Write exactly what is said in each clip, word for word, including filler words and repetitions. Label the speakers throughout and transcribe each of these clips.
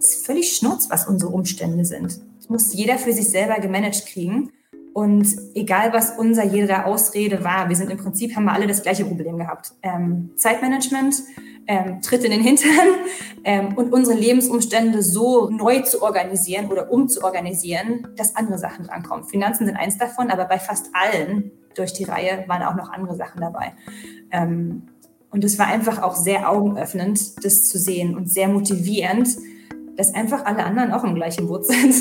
Speaker 1: ist völlig schnurz, was unsere Umstände sind. Das muss jeder für sich selber gemanagt kriegen. Und egal, was unser jeder Ausrede war, wir sind im Prinzip, haben wir alle das gleiche Problem gehabt. Ähm, Zeitmanagement, ähm, Tritt in den Hintern ähm, und unsere Lebensumstände so neu zu organisieren oder umzuorganisieren, dass andere Sachen drankommen. Finanzen sind eins davon, aber bei fast allen durch die Reihe waren auch noch andere Sachen dabei. Ähm, und es war einfach auch sehr augenöffnend, das zu sehen und sehr motivierend, dass einfach alle anderen auch im gleichen Boot sind.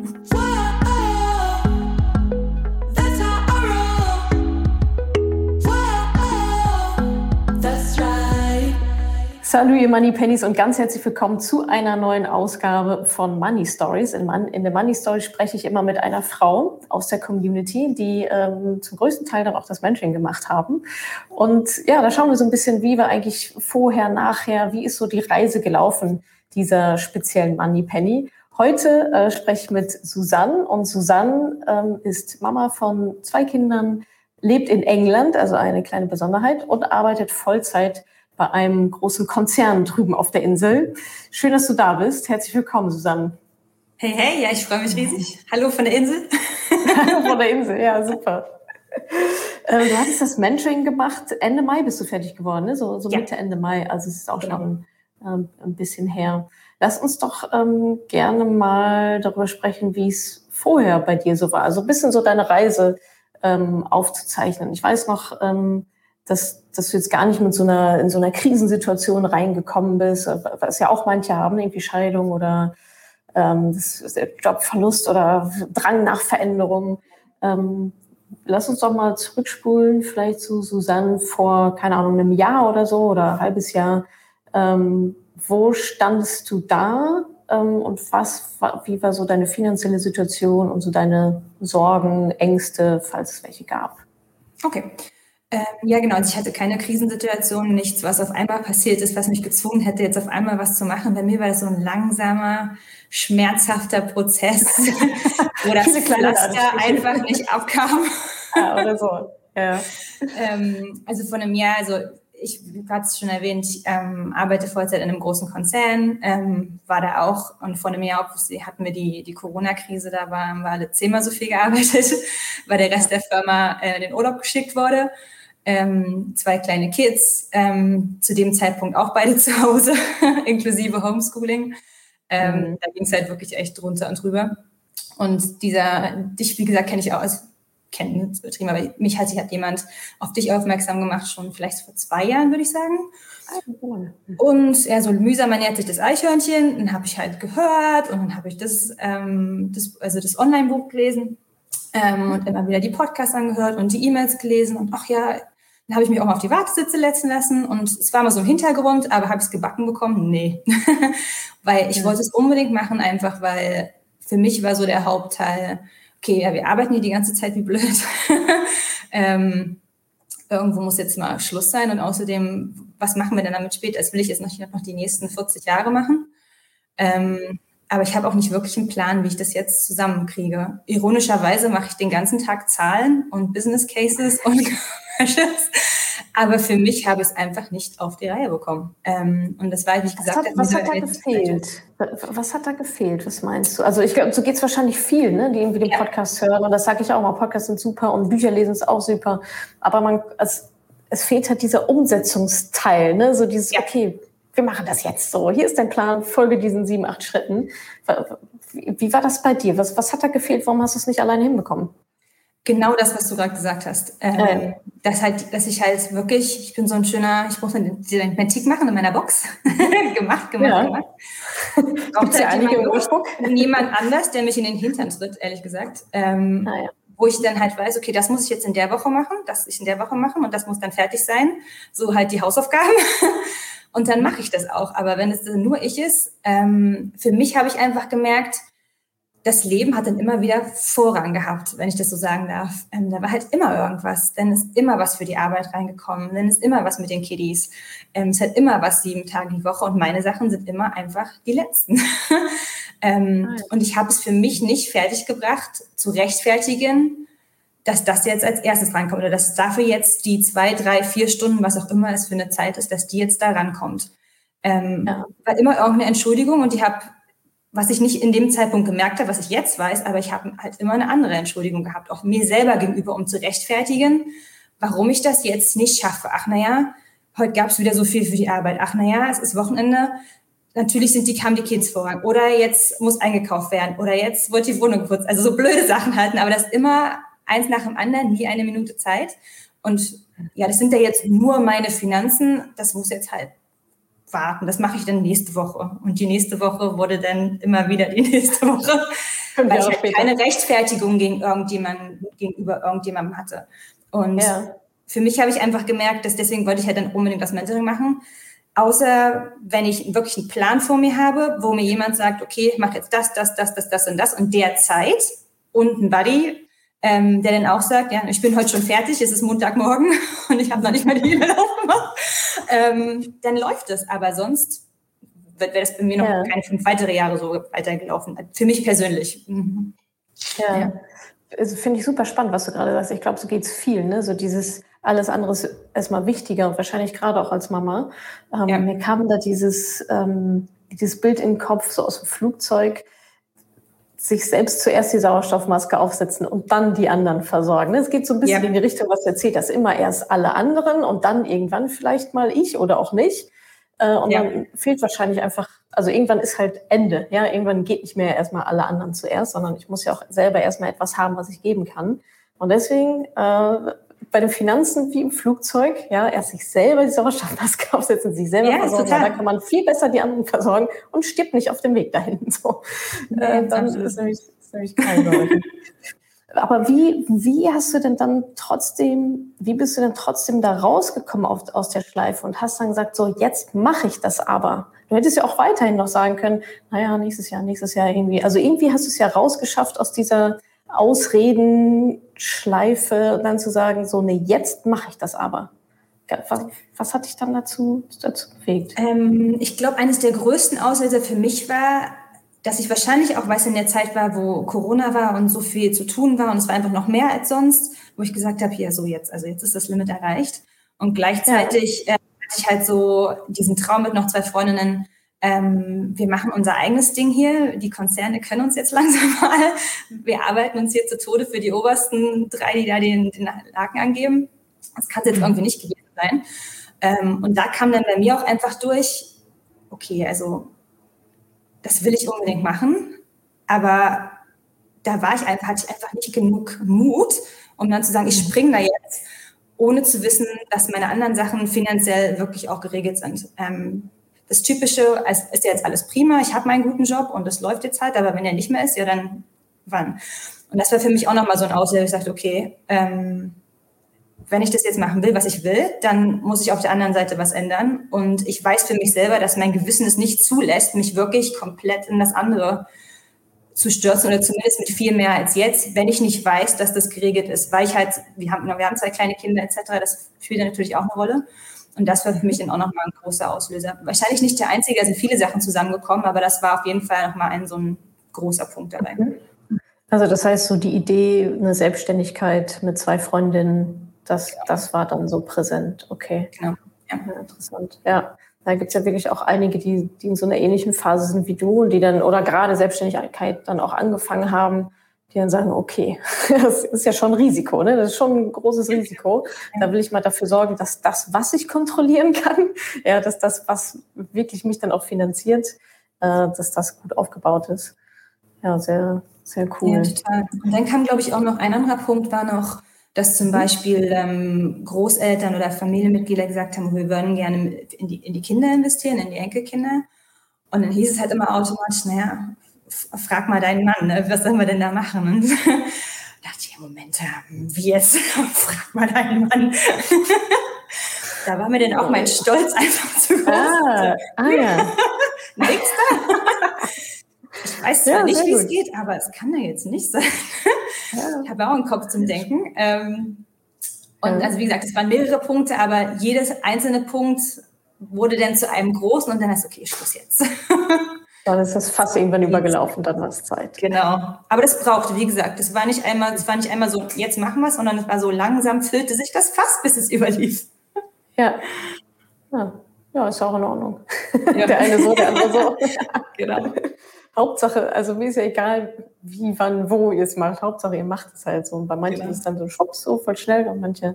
Speaker 2: Salut ihr Money Pennies und ganz herzlich willkommen zu einer neuen Ausgabe von Money Stories. In, Man- in der Money Story spreche ich immer mit einer Frau aus der Community, die ähm, zum größten Teil dann auch das Mentoring gemacht haben. Und ja, da schauen wir so ein bisschen, wie war eigentlich vorher, nachher, wie ist so die Reise gelaufen dieser speziellen Money Penny. Heute äh, spreche ich mit Susanne und Susanne ähm, ist Mama von zwei Kindern, lebt in England, also eine kleine Besonderheit, und arbeitet Vollzeit bei einem großen Konzern drüben auf der Insel. Schön, dass du da bist. Herzlich willkommen, Susanne.
Speaker 1: Hey, hey, ja, ich freue mich riesig. Hallo von der Insel.
Speaker 2: Hallo von der Insel, ja, super. Äh, du hattest das Mentoring gemacht, Ende Mai bist du fertig geworden, ne? so, so
Speaker 1: Ja.
Speaker 2: Mitte, Ende Mai, also es ist auch
Speaker 1: Genau.
Speaker 2: schon ähm, ein bisschen her. Lass uns doch ähm, gerne mal darüber sprechen, wie es vorher bei dir so war, also ein bisschen so deine Reise ähm, aufzuzeichnen. Ich weiß noch, ähm, dass, dass du jetzt gar nicht mit so einer, in so einer Krisensituation reingekommen bist, was ja auch manche haben, irgendwie Scheidung oder ähm, das ist der Jobverlust oder Drang nach Veränderung. Ähm, lass uns doch mal zurückspulen, vielleicht zu Susanne vor, keine Ahnung, einem Jahr oder so oder ein halbes Jahr. Ähm, wo standest du da ähm, und was, wie war so deine finanzielle Situation und so deine Sorgen, Ängste, falls es welche gab?
Speaker 1: Okay. Ähm, ja, genau. Also ich hatte keine Krisensituation, nichts, was auf einmal passiert ist, was mich gezwungen hätte, jetzt auf einmal was zu machen. Bei mir war das so ein langsamer, schmerzhafter Prozess, wo das Pflaster einfach nicht abkam.
Speaker 2: Ja, oder so, ja.
Speaker 1: ähm, also vor einem Jahr, also ich hatte es schon erwähnt, ich ähm, arbeite Vollzeit in einem großen Konzern, ähm, war da auch, und vor einem Jahr hatten wir die, die Corona-Krise, da war, haben wir alle zehnmal so viel gearbeitet, weil der Rest der Firma äh, in den Urlaub geschickt wurde. Ähm, zwei kleine Kids, ähm, zu dem Zeitpunkt auch beide zu Hause, inklusive Homeschooling. Ähm, mhm. Da ging es halt wirklich echt drunter und drüber. Und dieser, dich, wie gesagt, kenne ich auch, also kennen ist übertrieben, aber mich hat sich hat jemand auf dich aufmerksam gemacht, schon vielleicht vor zwei Jahren, würde ich sagen. Und ja, so mühsam ernährt sich das Eichhörnchen, dann habe ich halt gehört und dann habe ich das, ähm, das, also das Online-Buch gelesen ähm, und immer wieder die Podcasts angehört und die E-Mails gelesen und ach ja, dann habe ich mich auch mal auf die Wartesitze setzen lassen und es war mal so im Hintergrund, aber habe ich es gebacken bekommen? Nee. Weil ich ja. wollte es unbedingt machen, einfach weil für mich war so der Hauptteil, okay, ja, wir arbeiten hier die ganze Zeit wie blöd. ähm, irgendwo muss jetzt mal Schluss sein und außerdem, was machen wir denn damit später? Das will ich jetzt noch, noch die nächsten vierzig Jahre machen. Ähm, aber ich habe auch nicht wirklich einen Plan, wie ich das jetzt zusammenkriege. Ironischerweise mache ich den ganzen Tag Zahlen und Business Cases und Commercials. Aber für mich habe ich es einfach nicht auf die Reihe bekommen. Ähm, und das war, wie ich gesagt habe.
Speaker 2: Was hat, was hat da gefehlt? Was hat da gefehlt? Was meinst du? Also ich glaube, so geht es wahrscheinlich viel, ne, die irgendwie den ja. Podcast hören. Und das sage ich auch mal, Podcasts sind super und Bücher lesen ist auch super. Aber man, es, es fehlt halt dieser Umsetzungsteil, ne? So dieses, ja. okay, wir machen das jetzt so. Hier ist dein Plan, folge diesen sieben, acht Schritten. Wie, wie war das bei dir? Was, was hat da gefehlt? Warum hast du es nicht alleine hinbekommen?
Speaker 1: Genau das, was du gerade gesagt hast. Ähm, ähm. Dass, halt, dass ich halt wirklich, ich bin so ein schöner, ich muss den Tick machen in meiner Box. gemacht, gemacht, ja. gemacht. Gibt es ja einige im Notebook. Niemand anders, der mich in den Hintern tritt, ehrlich gesagt. Ähm, ah, ja. Wo ich dann halt weiß, okay, das muss ich jetzt in der Woche machen, das ich in der Woche machen und das muss dann fertig sein. So halt die Hausaufgaben. Und dann mache ich das auch. Aber wenn es nur ich ist, ähm, für mich habe ich einfach gemerkt, das Leben hat dann immer wieder Vorrang gehabt, wenn ich das so sagen darf. Ähm, da war halt immer irgendwas. Dann ist immer was für die Arbeit reingekommen. Dann ist immer was mit den Kiddies. Ähm, es hat immer was sieben Tage die Woche. Und meine Sachen sind immer einfach die letzten. ähm, ah, ja. Und ich habe es für mich nicht fertiggebracht, zu rechtfertigen, dass das jetzt als erstes rankommt. Oder dass dafür jetzt die zwei, drei, vier Stunden, was auch immer es für eine Zeit ist, dass die jetzt da rankommt. Ähm, ja. War immer irgendeine Entschuldigung. Und ich habe was ich nicht in dem Zeitpunkt gemerkt habe, was ich jetzt weiß, aber ich habe halt immer eine andere Entschuldigung gehabt, auch mir selber gegenüber, um zu rechtfertigen, warum ich das jetzt nicht schaffe. Ach naja, heute gab es wieder so viel für die Arbeit. Ach naja, es ist Wochenende. Natürlich sind die, kamen die Kids voran. Oder jetzt muss eingekauft werden. Oder jetzt wird die Wohnung geputzt. Also so blöde Sachen halten. Aber das immer eins nach dem anderen, nie eine Minute Zeit. Und ja, das sind ja jetzt nur meine Finanzen. Das muss jetzt halt warten. Das mache ich dann nächste Woche. Und die nächste Woche wurde dann immer wieder die nächste Woche. Weil ich halt keine Rechtfertigung gegen irgendjemanden, gegenüber irgendjemandem hatte. Und ja. Für mich habe ich einfach gemerkt, dass deswegen wollte ich halt dann unbedingt das Mentoring machen. Außer wenn ich wirklich einen Plan vor mir habe, wo mir jemand sagt, okay, ich mache jetzt das, das, das, das, das und das und der Zeit und ein Buddy, ähm, der dann auch sagt, ja, ich bin heute schon fertig, es ist Montagmorgen und ich habe noch nicht mal die E-Mail aufgemacht, ähm, dann läuft es. Aber sonst wäre das bei mir noch ja. keine fünf weitere Jahre so weitergelaufen. Für mich persönlich. Mhm.
Speaker 2: Ja, ja. Also finde ich super spannend, was du gerade sagst. Ich glaube, so geht's viel, ne? So dieses alles andere ist erstmal wichtiger und wahrscheinlich gerade auch als Mama. Ähm, ja. Mir kam da dieses, ähm, dieses Bild in den Kopf, so aus dem Flugzeug, sich selbst zuerst die Sauerstoffmaske aufsetzen und dann die anderen versorgen. Es geht so ein bisschen ja. in die Richtung, was du erzählt hast. Immer erst alle anderen und dann irgendwann vielleicht mal ich oder auch nicht. Äh, und ja. dann fehlt wahrscheinlich einfach, also irgendwann ist halt Ende. Ja, irgendwann geht nicht mehr erstmal alle anderen zuerst, sondern ich muss ja auch selber erstmal etwas haben, was ich geben kann. Und deswegen äh, bei den Finanzen wie im Flugzeug, ja, erst sich selber die Sauerstoffmaske aufsetzen, sich selber ja, versorgen, ja, dann kann man viel besser die anderen versorgen und stirbt nicht auf dem Weg dahin. So. Ja, äh, dann absolut. ist nämlich, ist nämlich kein Leute. Aber wie, wie hast du denn dann trotzdem, wie bist du denn trotzdem da rausgekommen auf, aus der Schleife und hast dann gesagt, so, jetzt mache ich das aber. Du hättest ja auch weiterhin noch sagen können, naja, nächstes Jahr, nächstes Jahr irgendwie. Also irgendwie hast du es ja rausgeschafft aus dieser Ausredenschleife und dann zu sagen, so, nee, jetzt mache ich das aber. Was, was hat dich dann dazu, dazu bewegt?
Speaker 1: Ähm, ich glaube, eines der größten Auslöser für mich war, dass ich wahrscheinlich auch, weil es in der Zeit war, wo Corona war und so viel zu tun war und es war einfach noch mehr als sonst, wo ich gesagt habe, ja, so jetzt, also jetzt ist das Limit erreicht. Und gleichzeitig ja. äh, hatte ich halt so diesen Traum mit noch zwei Freundinnen, ähm, wir machen unser eigenes Ding hier, die Konzerne können uns jetzt langsam mal, wir arbeiten uns hier zu Tode für die obersten drei, die da den, den Laken angeben. Das kann es jetzt irgendwie nicht gewesen sein. Ähm, und da kam dann bei mir auch einfach durch, okay, also das will ich unbedingt machen, aber da war ich einfach, hatte ich einfach nicht genug Mut, um dann zu sagen, ich springe da jetzt, ohne zu wissen, dass meine anderen Sachen finanziell wirklich auch geregelt sind. Ähm, das Typische ist ja jetzt alles prima, ich habe meinen guten Job und das läuft jetzt halt, aber wenn er nicht mehr ist, ja dann wann? Und das war für mich auch nochmal so ein Auslöser, ich sagte, okay, ähm, wenn ich das jetzt machen will, was ich will, dann muss ich auf der anderen Seite was ändern. Und ich weiß für mich selber, dass mein Gewissen es nicht zulässt, mich wirklich komplett in das andere zu stürzen oder zumindest mit viel mehr als jetzt, wenn ich nicht weiß, dass das geregelt ist. Weil ich halt, wir haben, wir haben zwei kleine Kinder et cetera, das spielt dann natürlich auch eine Rolle. Und das war für mich dann auch nochmal ein großer Auslöser. Wahrscheinlich nicht der einzige, da sind viele Sachen zusammengekommen, aber das war auf jeden Fall nochmal ein so ein großer Punkt dabei.
Speaker 2: Also das heißt, so die Idee, eine Selbstständigkeit mit zwei Freundinnen, Das, ja. das war dann so präsent, okay.
Speaker 1: Genau. Ja.
Speaker 2: Ja, interessant. Ja, da gibt es ja wirklich auch einige, die, die in so einer ähnlichen Phase sind wie du und die dann, oder gerade Selbstständigkeit dann auch angefangen haben, die dann sagen, okay, das ist ja schon ein Risiko, ne? Das ist schon ein großes Risiko. Da will ich mal dafür sorgen, dass das, was ich kontrollieren kann, ja, dass das, was wirklich mich dann auch finanziert, äh, dass das gut aufgebaut ist. Ja, sehr, sehr cool.
Speaker 1: Ja, total. Und dann kam, glaube ich, auch noch ein anderer Punkt, war noch, dass zum Beispiel ähm, Großeltern oder Familienmitglieder gesagt haben, wir würden gerne in die, in die Kinder investieren, in die Enkelkinder. Und dann hieß es halt immer automatisch, naja, frag mal deinen Mann, ne? Was sollen wir denn da machen? Und da dachte ich, Moment, wie jetzt? Frag mal deinen Mann. Da war mir dann auch mein Stolz einfach zu groß.
Speaker 2: Ah, ah ja.
Speaker 1: Nix da. Ich weiß zwar ja, nicht, wie es geht, aber es kann ja jetzt nicht sein. Ja. Ich habe auch einen Kopf zum Denken. Ähm, und ja. also wie gesagt, es waren mehrere Punkte, aber jedes einzelne Punkt wurde dann zu einem großen und dann heißt okay, Schluss jetzt.
Speaker 2: Dann ist das Fass irgendwann übergelaufen, dann war es Zeit.
Speaker 1: Genau. Aber das brauchte, wie gesagt, das war nicht einmal, das war nicht einmal so, jetzt machen wir es, sondern es war so langsam, füllte sich das Fass, bis es überlief.
Speaker 2: Ja. Ja, ja, ist auch in Ordnung. Ja. Der eine so, der andere so.
Speaker 1: Genau.
Speaker 2: Hauptsache, also mir ist ja egal, wie, wann, wo ihr es macht. Hauptsache, ihr macht es halt so. Und bei manchen genau. ist es dann so schwupps so voll schnell und manche,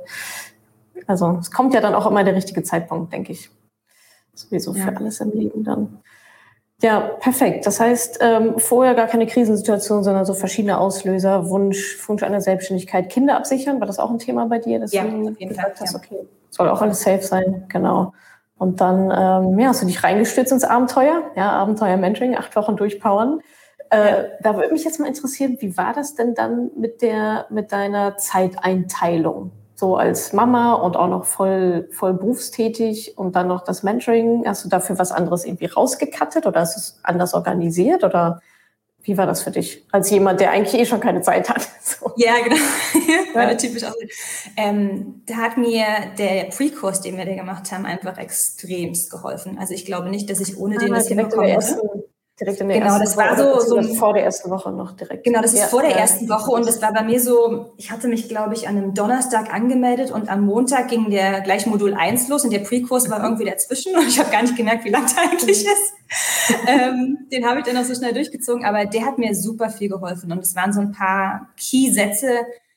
Speaker 2: also es kommt ja dann auch immer der richtige Zeitpunkt, denke ich. Sowieso ja. für alles im Leben dann. Ja, perfekt. Das heißt, ähm, vorher gar keine Krisensituation, sondern so verschiedene Auslöser, Wunsch, Wunsch einer Selbstständigkeit, Kinder absichern, war das auch ein Thema bei dir? Dass
Speaker 1: ja,
Speaker 2: du
Speaker 1: auf jeden Fall.
Speaker 2: Hast, okay, soll auch alles safe sein, genau. Und dann ähm, ja, hast du dich reingestürzt ins Abenteuer, ja, Abenteuer-Mentoring, acht Wochen durchpowern. Äh, ja. Da würde mich jetzt mal interessieren, wie war das denn dann mit der, mit deiner Zeiteinteilung? So als Mama und auch noch voll, voll berufstätig und dann noch das Mentoring. Hast du dafür was anderes irgendwie rausgekattet oder hast du es anders organisiert oder wie war das für dich? Als jemand, der eigentlich eh schon keine Zeit hat. So.
Speaker 1: Ja, genau. War ja. typisch auch. Ähm, da hat mir der Pre-Kurs, den wir da gemacht haben, einfach extremst geholfen. Also ich glaube nicht, dass ich ohne den ah, das hinbekommen hätte.
Speaker 2: Direkt in der
Speaker 1: genau,
Speaker 2: ersten
Speaker 1: das war
Speaker 2: Woche,
Speaker 1: so, so
Speaker 2: vor der ersten Woche noch direkt.
Speaker 1: Genau, das ist
Speaker 2: ja,
Speaker 1: vor der
Speaker 2: ja,
Speaker 1: ersten Woche und das war bei mir so, ich hatte mich, glaube ich, an einem Donnerstag angemeldet und am Montag ging der gleich Modul eins los und der Pre-Kurs war irgendwie dazwischen und ich habe gar nicht gemerkt, wie lang der eigentlich ist. ähm, den habe ich dann auch so schnell durchgezogen, aber der hat mir super viel geholfen und es waren so ein paar Key-Sätze,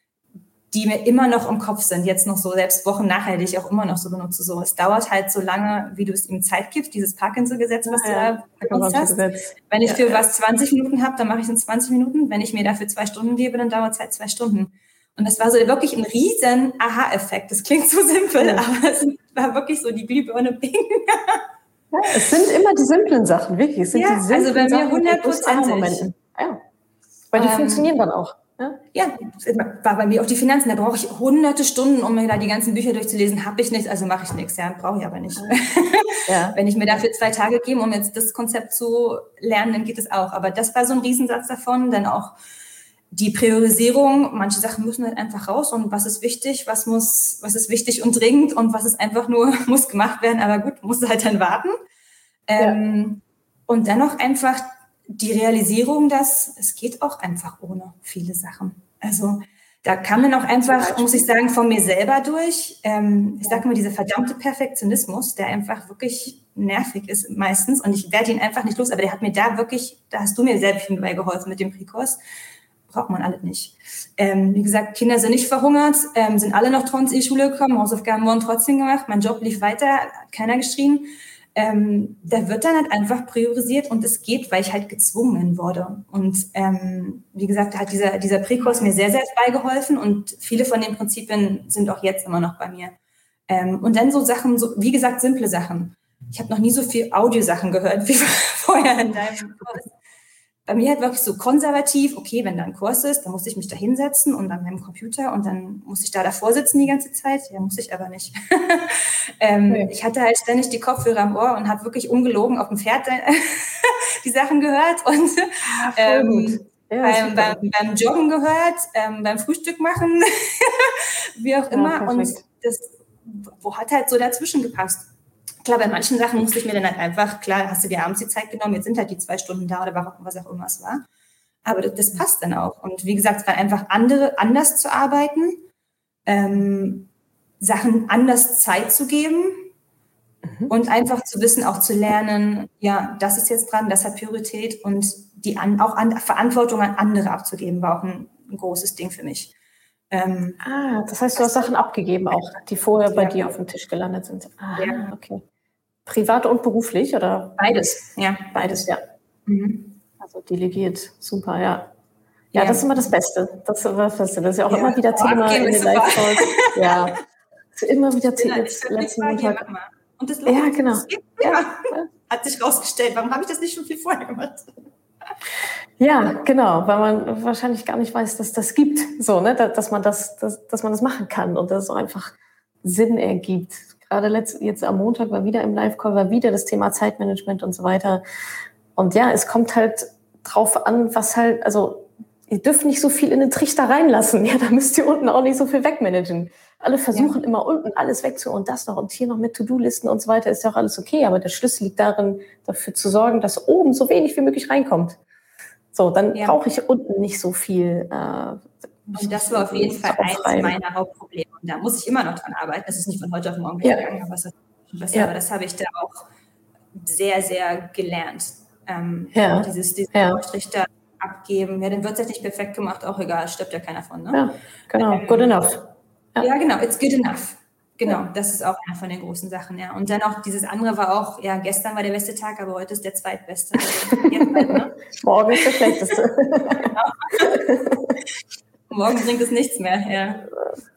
Speaker 1: die mir immer noch im Kopf sind, jetzt noch so, selbst Wochen nachher, die ich auch immer noch so benutze. So, es dauert halt so lange, wie du es ihm Zeit gibst, dieses Parkinson-Gesetz, was ja, du da benutzt hast. Wenn ich für ja, was zwanzig Minuten habe, dann mache ich es in zwanzig Minuten. Wenn ich mir dafür zwei Stunden gebe, dann dauert es halt zwei Stunden. Und das war so wirklich ein riesen Aha-Effekt. Das klingt so simpel, ja. aber es war wirklich so die Glühbirne Bing.
Speaker 2: Ja, es sind immer die simplen Sachen, wirklich. Es sind
Speaker 1: ja,
Speaker 2: die simplen
Speaker 1: also bei mir
Speaker 2: hundertprozentig. Ja, weil die ähm, funktionieren dann auch.
Speaker 1: Ja, ja, war bei mir auch die Finanzen. Da brauche ich hunderte Stunden, um mir da die ganzen Bücher durchzulesen. Habe ich nicht, also mache ich nichts. Ja, brauche ich aber nicht. Ja. Wenn ich mir dafür zwei Tage gebe, um jetzt das Konzept zu lernen, dann geht es auch. Aber das war so ein Riesensatz davon. Dann auch die Priorisierung. Manche Sachen müssen halt einfach raus. Und was ist wichtig? Was muss, was ist wichtig und dringend? Und was ist einfach nur, muss gemacht werden. Aber gut, muss halt dann warten. Ja. Ähm, und dann noch einfach die Realisierung, dass es geht auch einfach ohne viele Sachen. Also da kam dann auch einfach, muss ich sagen, von mir selber durch. Ähm, ich sage mal, dieser verdammte Perfektionismus, der einfach wirklich nervig ist meistens und ich werde ihn einfach nicht los, aber der hat mir da wirklich, da hast du mir selbst dabei geholfen mit dem Pre-Kurs, braucht man alles nicht. Ähm, wie gesagt, Kinder sind nicht verhungert, ähm, sind alle noch trotzdem in die Schule gekommen, Hausaufgaben wurden trotzdem gemacht, mein Job lief weiter, hat keiner geschrien. Ähm, da wird dann halt einfach priorisiert und es geht, weil ich halt gezwungen wurde. Und ähm, wie gesagt, hat dieser, dieser Pre-Kurs mir sehr, sehr beigeholfen und viele von den Prinzipien sind auch jetzt immer noch bei mir. Ähm, und dann so Sachen, so wie gesagt, simple Sachen. Ich habe noch nie so viel Audiosachen gehört wie vorher in deinem Kurs. Bei mir halt wirklich so konservativ, okay, wenn da ein Kurs ist, dann muss ich mich da hinsetzen und an meinem Computer und dann muss ich da davor sitzen die ganze Zeit. Ja, muss ich aber nicht. ähm, okay. Ich hatte halt ständig die Kopfhörer am Ohr und habe wirklich ungelogen auf dem Pferd die Sachen gehört und ähm, ja, beim, beim, beim Joggen gehört, ähm, beim Frühstück machen, wie auch immer. Ja, und das wo hat halt so dazwischen gepasst. Klar, bei manchen Sachen musste ich mir dann halt einfach, klar, hast du dir abends die Zeit genommen, jetzt sind halt die zwei Stunden da oder was auch immer es war. Aber das, das passt dann auch. Und wie gesagt, es war einfach andere, anders zu arbeiten, ähm, Sachen anders Zeit zu geben mhm. und einfach zu wissen, auch zu lernen, ja, das ist jetzt dran, das hat Priorität und die an, auch an, Verantwortung an andere abzugeben, war auch ein, ein großes Ding für mich. Ähm,
Speaker 2: ah, das heißt, du hast Sachen abgegeben auch, die vorher bei ja, dir auf dem Tisch gelandet sind. Ah, ja. Okay. Privat und beruflich, oder?
Speaker 1: Beides, ja.
Speaker 2: Beides, ja. Mhm. Also delegiert, super, ja. Ja, ja, das ist immer das Beste. Das ist immer das Beste. Das ist ja auch ja, immer wieder Thema in den Live-Calls. Ja, das ist immer wieder Thema. Letzten Montag.
Speaker 1: Und das
Speaker 2: ja, genau. Das
Speaker 1: ja. Hat sich rausgestellt. Warum habe ich das nicht schon viel vorher gemacht?
Speaker 2: Ja, genau, weil man wahrscheinlich gar nicht weiß, dass das gibt, so, ne, dass man das, dass, dass man das machen kann und dass es auch einfach Sinn ergibt. Gerade letzt, jetzt am Montag war wieder im Live-Call, war wieder das Thema Zeitmanagement und so weiter. Und ja, es kommt halt drauf an, was halt, also ihr dürft nicht so viel in den Trichter reinlassen. Ja, da müsst ihr unten auch nicht so viel wegmanagen. Alle versuchen ja. immer unten alles wegzuholen und das noch und hier noch mit To-Do-Listen und so weiter. Ist ja auch alles okay, aber der Schlüssel liegt darin, dafür zu sorgen, dass oben so wenig wie möglich reinkommt. So, dann ja. brauche ich unten nicht so viel. Äh,
Speaker 1: und das war auf jeden Fall eins meiner Hauptprobleme. Und da muss ich immer noch dran arbeiten. Das ist nicht von heute auf morgen
Speaker 2: ja.
Speaker 1: gegangen, aber, das, ja. aber das habe ich da auch sehr, sehr gelernt. Ähm,
Speaker 2: Ja,
Speaker 1: dieses, diesen
Speaker 2: ja.
Speaker 1: Strich da abgeben, ja, dann wird es halt nicht perfekt gemacht, auch egal, stirbt ja keiner von, ne?
Speaker 2: Ja, genau,
Speaker 1: Ähm,
Speaker 2: good enough.
Speaker 1: Ja. ja, genau, it's good enough. Genau,
Speaker 2: Ja.
Speaker 1: das ist auch einer von den großen Sachen, ja. Und dann auch dieses andere war auch, ja, gestern war der beste Tag, aber heute ist der zweitbeste. Also jetzt halt, ne?
Speaker 2: Morgen ist der schlechteste.
Speaker 1: Genau. Morgen bringt es nichts mehr, ja.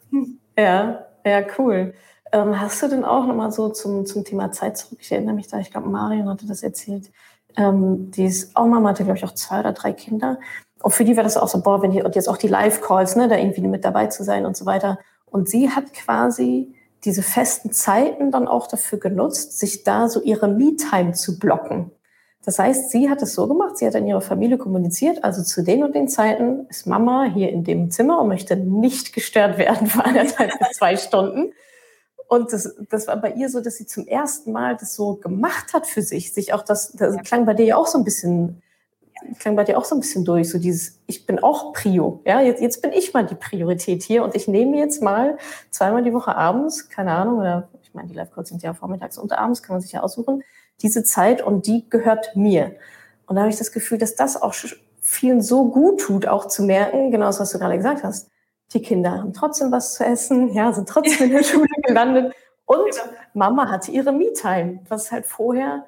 Speaker 2: Ja, ja, cool. Ähm, hast du denn auch nochmal so zum, zum Thema Zeit zurück? Ich erinnere mich da, ich glaube, Marion hatte das erzählt. Ähm, die ist auch Mama, hatte, glaube ich, auch zwei oder drei Kinder. Und für die war das auch so, boah, wenn die, und jetzt auch die Live-Calls, ne, da irgendwie mit dabei zu sein und so weiter. Und sie hat quasi diese festen Zeiten dann auch dafür genutzt, sich da so ihre Me-Time zu blocken. Das heißt, sie hat es so gemacht, sie hat in ihrer Familie kommuniziert, also zu den und den Zeiten ist Mama hier in dem Zimmer und möchte nicht gestört werden für anderthalb bis zwei Stunden. Und das, das war bei ihr so, dass sie zum ersten Mal das so gemacht hat für sich, sich auch das, das ja. klang bei dir ja auch so ein bisschen, klang bei dir auch so ein bisschen durch, so dieses, ich bin auch Prio, ja, jetzt, jetzt bin ich mal die Priorität hier und ich nehme jetzt mal zweimal die Woche abends, keine Ahnung, oder ich meine, die Live-Calls sind ja vormittags und abends, kann man sich ja aussuchen, diese Zeit und die gehört mir. Und da habe ich das Gefühl, dass das auch vielen so gut tut, auch zu merken, genau das, was du gerade gesagt hast, die Kinder haben trotzdem was zu essen, ja, sind trotzdem in der Schule gelandet und genau. Mama hatte ihre Me-Time, was halt vorher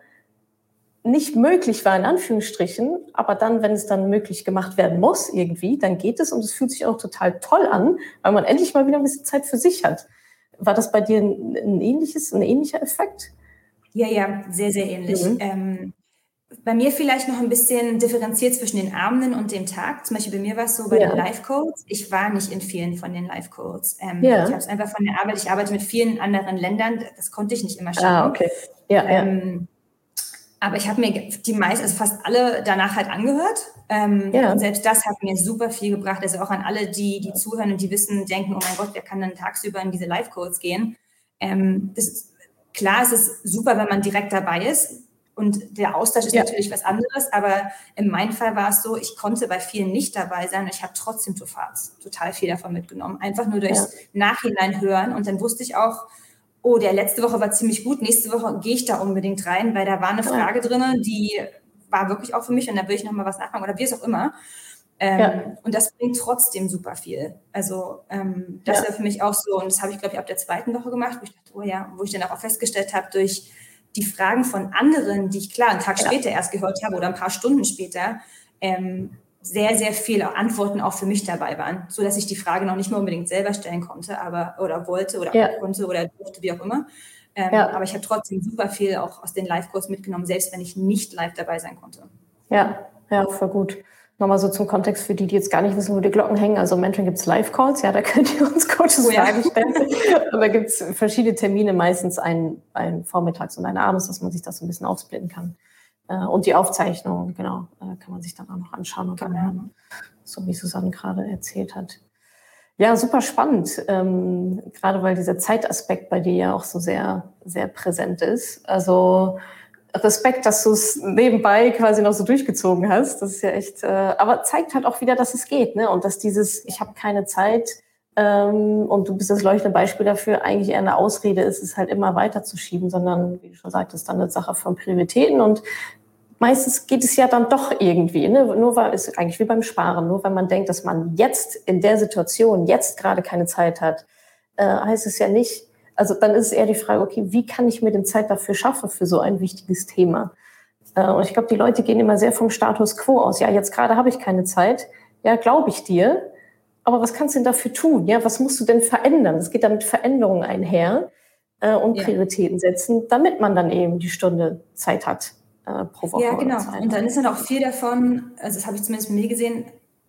Speaker 2: nicht möglich war, in Anführungsstrichen, aber dann, wenn es dann möglich gemacht werden muss irgendwie, dann geht es und es fühlt sich auch total toll an, weil man endlich mal wieder ein bisschen Zeit für sich hat. War das bei dir ein, ein ähnliches, ein ähnlicher Effekt?
Speaker 1: Ja, ja, sehr, sehr ähnlich. Mhm. Ähm, bei mir vielleicht noch ein bisschen differenziert zwischen den Abenden und dem Tag. Zum Beispiel bei mir war es so bei ja. den Live-Codes. Ich war nicht in vielen von den Live-Codes. Ähm, ja. Ich habe es einfach von der Arbeit, ich arbeite mit vielen anderen Ländern, das konnte ich nicht immer schaffen.
Speaker 2: Ah, okay. Ja,
Speaker 1: ähm, ja. Aber ich habe mir die meisten, also fast alle danach halt angehört. Ähm, ja. Und selbst das hat mir super viel gebracht. Also auch an alle, die, die zuhören und die wissen, denken, oh mein Gott, wer kann dann tagsüber in diese Live-Codes gehen? Ähm, das ist, klar, es ist super, wenn man direkt dabei ist. Und der Austausch ist ja. natürlich was anderes, aber in meinem Fall war es so, ich konnte bei vielen nicht dabei sein und ich habe trotzdem total, total viel davon mitgenommen. Einfach nur durchs ja. Nachhinein hören und dann wusste ich auch, oh, der letzte Woche war ziemlich gut, nächste Woche gehe ich da unbedingt rein, weil da war eine Frage drin, die war wirklich auch für mich und da will ich nochmal was nachfragen oder wie es auch immer. Ähm, ja. Und das bringt trotzdem super viel. Also ähm, das ja. war für mich auch so und das habe ich, glaube ich, ab der zweiten Woche gemacht, wo ich dachte, oh ja, wo ich dann auch festgestellt habe, durch die Fragen von anderen, die ich klar einen Tag ja. später erst gehört habe oder ein paar Stunden später, ähm, sehr, sehr viele Antworten auch für mich dabei waren, so dass ich die Frage noch nicht mehr unbedingt selber stellen konnte, aber oder wollte oder ja. konnte oder durfte, wie auch immer. Ähm, ja. Aber ich habe trotzdem super viel auch aus den Live-Kurs mitgenommen, selbst wenn ich nicht live dabei sein konnte.
Speaker 2: Ja, ja, voll gut. Nochmal so zum Kontext für die, die jetzt gar nicht wissen, wo die Glocken hängen. Also im Mentoring gibt es Live-Calls, ja, da könnt ihr uns Coaches oh, Fragen ja. stellen. Und da gibt es verschiedene Termine, meistens einen, einen vormittags und einen abends, dass man sich das so ein bisschen aufsplitten kann. Und die Aufzeichnung, genau, kann man sich dann auch noch anschauen und anhören, so wie Susanne gerade erzählt hat. Ja, super spannend, ähm, gerade weil dieser Zeitaspekt bei dir ja auch so sehr, sehr präsent ist. Also Respekt, dass du es nebenbei quasi noch so durchgezogen hast. Das ist ja echt, äh, aber zeigt halt auch wieder, dass es geht, ne? Und dass dieses, ich habe keine Zeit ähm, und du bist das leuchtende Beispiel dafür, eigentlich eher eine Ausrede ist, es halt immer weiterzuschieben, sondern, wie du schon sagtest, dann eine Sache von Prioritäten und meistens geht es ja dann doch irgendwie, ne? Nur weil es eigentlich wie beim Sparen, nur wenn man denkt, dass man jetzt in der Situation jetzt gerade keine Zeit hat, äh, heißt es ja nicht, also dann ist es eher die Frage, okay, wie kann ich mir denn Zeit dafür schaffen für so ein wichtiges Thema? Äh, und ich glaube, die Leute gehen immer sehr vom Status quo aus. Ja, jetzt gerade habe ich keine Zeit. Ja, glaube ich dir. Aber was kannst du denn dafür tun? Ja, was musst du denn verändern? Es geht damit Veränderungen einher äh, und ja. Prioritäten setzen, damit man dann eben die Stunde Zeit hat. Pro Woche.
Speaker 1: Ja, genau. Und dann ist dann auch viel davon, also das habe ich zumindest bei mir gesehen,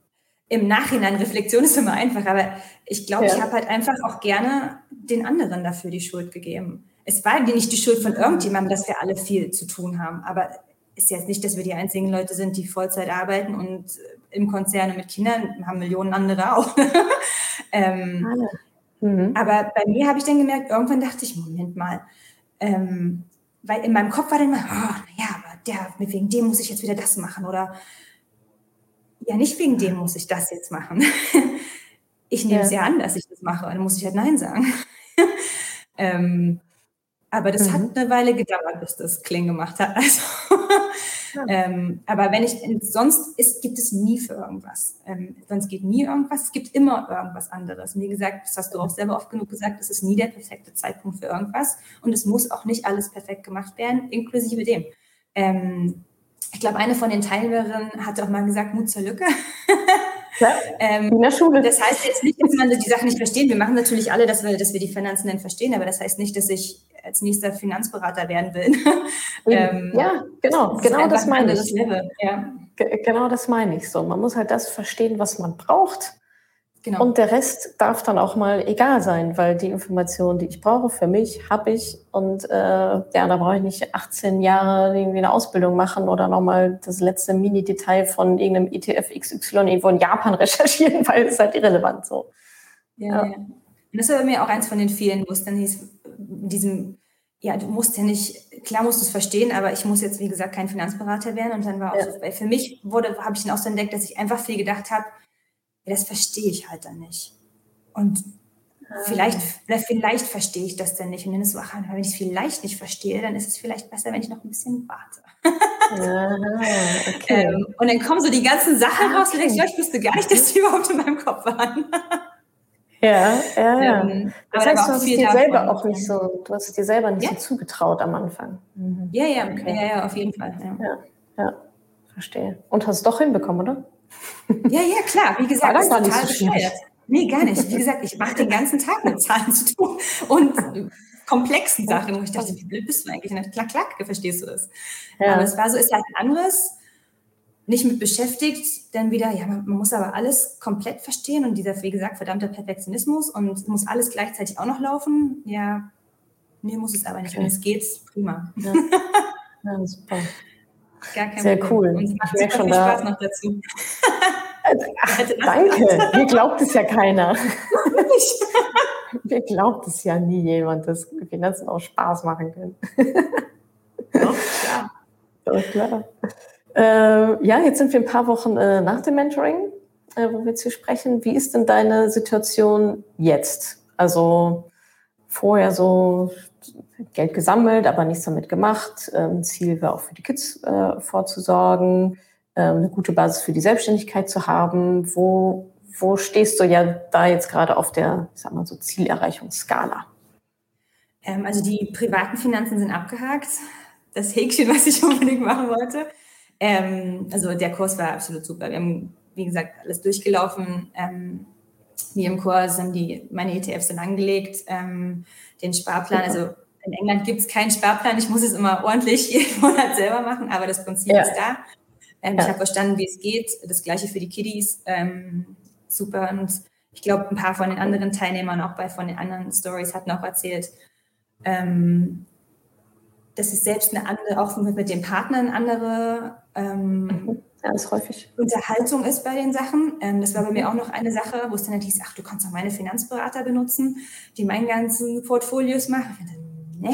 Speaker 1: im Nachhinein, Reflexion ist immer einfach, aber ich glaube, ja. ich habe halt einfach auch gerne den anderen dafür die Schuld gegeben. Es war nicht die Schuld von irgendjemandem, dass wir alle viel zu tun haben, aber ist jetzt nicht, dass wir die einzigen Leute sind, die Vollzeit arbeiten und im Konzern und mit Kindern haben Millionen andere auch. ähm, ah, mhm. Aber bei mir habe ich dann gemerkt, irgendwann dachte ich, Moment mal, ähm, weil in meinem Kopf war dann immer, oh, ja, aber der, wegen dem muss ich jetzt wieder das machen oder ja, nicht wegen dem muss ich das jetzt machen. Ich nehme ja. es ja an, dass ich das mache, dann muss ich halt Nein sagen. ähm, aber das mhm. hat eine Weile gedauert, bis das Kling gemacht hat. Also
Speaker 2: Ja.
Speaker 1: Ähm, aber wenn ich, sonst ist, gibt es nie für irgendwas. Ähm, sonst geht nie irgendwas, es gibt immer irgendwas anderes. Und wie gesagt, das hast du auch selber oft genug gesagt, es ist nie der perfekte Zeitpunkt für irgendwas und es muss auch nicht alles perfekt gemacht werden, inklusive dem. Ähm, ich glaube, eine von den Teilnehmerinnen hat auch mal gesagt, Mut zur Lücke.
Speaker 2: Ja,
Speaker 1: ähm,
Speaker 2: in der Schule.
Speaker 1: Das heißt jetzt nicht, dass man die Sachen nicht verstehen. Wir machen natürlich alle, dass wir, dass wir die Finanzen dann verstehen, aber das heißt nicht, dass ich als nächster Finanzberater werden will.
Speaker 2: ähm, ja, genau,
Speaker 1: das
Speaker 2: genau das meine
Speaker 1: ich.
Speaker 2: Level. Ja. G- genau das meine ich so. Man muss halt das verstehen, was man braucht. Genau. Und der Rest darf dann auch mal egal sein, weil die Informationen, die ich brauche für mich, habe ich. Und äh, ja, da brauche ich nicht achtzehn Jahre irgendwie eine Ausbildung machen oder nochmal das letzte Mini-Detail von irgendeinem E T F X Y irgendwo in Japan recherchieren, weil es halt irrelevant so.
Speaker 1: Ja, ja. ja. Und das war bei mir auch eins von den vielen, wo es dann hieß, diesem, ja, du musst ja nicht, klar musst du es verstehen, aber ich muss jetzt, wie gesagt, kein Finanzberater werden. Und dann war auch ja. so, weil für mich wurde, habe ich dann auch so entdeckt, dass ich einfach viel gedacht habe, ja, das verstehe ich halt dann nicht. Und ah. vielleicht, vielleicht verstehe ich das dann nicht. Und dann ist es so, ach, wenn ich es vielleicht nicht verstehe, dann ist es vielleicht besser, wenn ich noch ein bisschen warte.
Speaker 2: Ja, okay.
Speaker 1: ähm, und dann kommen so die ganzen Sachen raus, okay. Und denkst, ich wusste gar nicht, dass die überhaupt in meinem Kopf waren.
Speaker 2: Ja, ja, ja.
Speaker 1: Ähm,
Speaker 2: das heißt, du hast es dir selber auch nicht so, du hast es dir selber nicht ja. so zugetraut am Anfang.
Speaker 1: Mhm. Ja, ja, okay. ja, ja, auf jeden Fall. Ja.
Speaker 2: Ja, ja, verstehe. Und hast es doch hinbekommen, oder?
Speaker 1: Ja, ja, klar. Wie gesagt,
Speaker 2: das ist
Speaker 1: total
Speaker 2: nicht so
Speaker 1: bescheuert. Nee, gar nicht. Wie gesagt, ich mache den ganzen Tag mit Zahlen zu tun und komplexen Sachen, wo ich dachte, wie blöd bist du eigentlich? Und dann, klack, klack, verstehst du das. Ja. Aber es war so, ist halt anderes, nicht mit beschäftigt, dann wieder, ja, man, man muss aber alles komplett verstehen und dieser, wie gesagt, verdammter Perfektionismus und es muss alles gleichzeitig auch noch laufen. Ja, nee, muss es aber nicht. Okay. Und es geht prima.
Speaker 2: Ja, ja super.
Speaker 1: Gar kein
Speaker 2: Sehr
Speaker 1: Problem.
Speaker 2: cool.
Speaker 1: Und es macht
Speaker 2: ich
Speaker 1: super
Speaker 2: schon
Speaker 1: viel
Speaker 2: da.
Speaker 1: Spaß noch dazu.
Speaker 2: Ach, danke. Mir glaubt es ja keiner. Mir glaubt es ja nie jemand, dass Finanzen auch Spaß machen können.
Speaker 1: Doch, klar.
Speaker 2: Doch, klar. Äh, ja, jetzt sind wir ein paar Wochen äh, nach dem Mentoring, äh, wo wir jetzt hier sprechen. Wie ist denn deine Situation jetzt? Also vorher so Geld gesammelt, aber nichts damit gemacht. Ähm, Ziel war auch für die Kids äh, vorzusorgen, äh, eine gute Basis für die Selbstständigkeit zu haben. Wo, wo stehst du ja da jetzt gerade auf der, ich sag mal so, Zielerreichungsskala?
Speaker 1: Ähm, also die privaten Finanzen sind abgehakt. Das Häkchen, was ich unbedingt machen wollte. Ähm, also der Kurs war absolut super. Wir haben, wie gesagt, alles durchgelaufen. Ähm, wie im Kurs sind die, meine E T Fs sind angelegt, ähm, den Sparplan, also in England gibt es keinen Sparplan, ich muss es immer ordentlich jeden Monat selber machen, aber das Prinzip ja. ist da. Ähm, ja. Ich habe verstanden, wie es geht, das Gleiche für die Kiddies, ähm, super und ich glaube, ein paar von den anderen Teilnehmern, auch bei von den anderen Stories, hatten auch erzählt, ähm, dass es selbst eine andere, auch mit dem Partner eine andere ähm,
Speaker 2: ja, ist häufig.
Speaker 1: Unterhaltung ist bei den Sachen. Ähm, das war bei mir auch noch eine Sache, wo es dann halt hieß, ach, du kannst auch meine Finanzberater benutzen, die meinen ganzen Portfolios machen. Nee.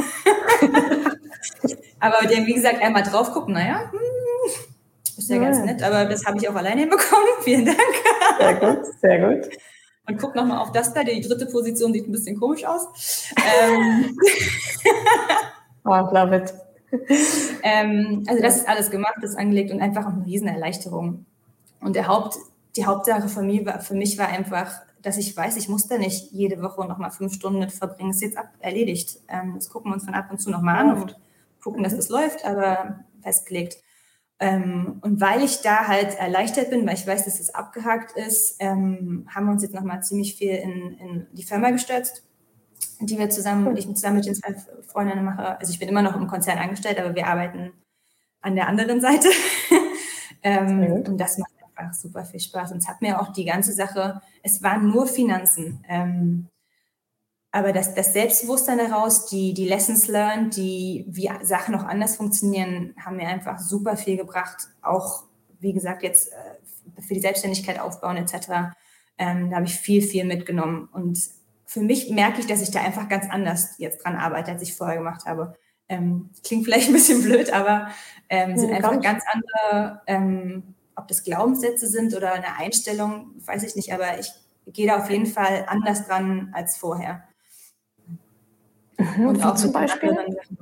Speaker 1: Aber die haben, wie gesagt, einmal drauf gucken, naja, hm, ist ja, ja ganz nett, aber das habe ich auch alleine hinbekommen. Vielen Dank.
Speaker 2: Sehr gut, sehr gut.
Speaker 1: Und guck nochmal auf das da, die dritte Position sieht ein bisschen komisch aus. ähm,
Speaker 2: oh, love it.
Speaker 1: ähm, also das ist alles gemacht, das ist angelegt und einfach eine riesen Erleichterung. Und der Haupt, die Hauptsache für mich, war, für mich war einfach, dass ich weiß, ich muss da nicht jede Woche nochmal fünf Stunden mit verbringen. Das ist jetzt ab, erledigt. Ähm, das gucken wir uns von ab und zu nochmal an und gucken, dass das läuft, aber festgelegt. Ähm, und weil ich da halt erleichtert bin, weil ich weiß, dass es abgehakt ist, ähm, haben wir uns jetzt nochmal ziemlich viel in, in die Firma gestürzt, die wir zusammen, ich zusammen mit den zwei Freundinnen mache. Also ich bin immer noch im Konzern angestellt, aber wir arbeiten an der anderen Seite. ähm, und das macht einfach super viel Spaß. Und es hat mir auch die ganze Sache, es waren nur Finanzen. Ähm, aber das, das Selbstbewusstsein daraus, die, die Lessons learned, die, wie Sachen noch anders funktionieren, haben mir einfach super viel gebracht. Auch, wie gesagt, jetzt äh, für die Selbstständigkeit aufbauen et cetera. Ähm, da habe ich viel, viel mitgenommen. Und für mich merke ich, dass ich da einfach ganz anders jetzt dran arbeite, als ich vorher gemacht habe. Ähm, klingt vielleicht ein bisschen blöd, aber ähm, sind ja, einfach ganz andere, ähm, ob das Glaubenssätze sind oder eine Einstellung, weiß ich nicht, aber ich gehe da auf jeden Fall anders dran als vorher.
Speaker 2: Mhm, und auch zum Beispiel?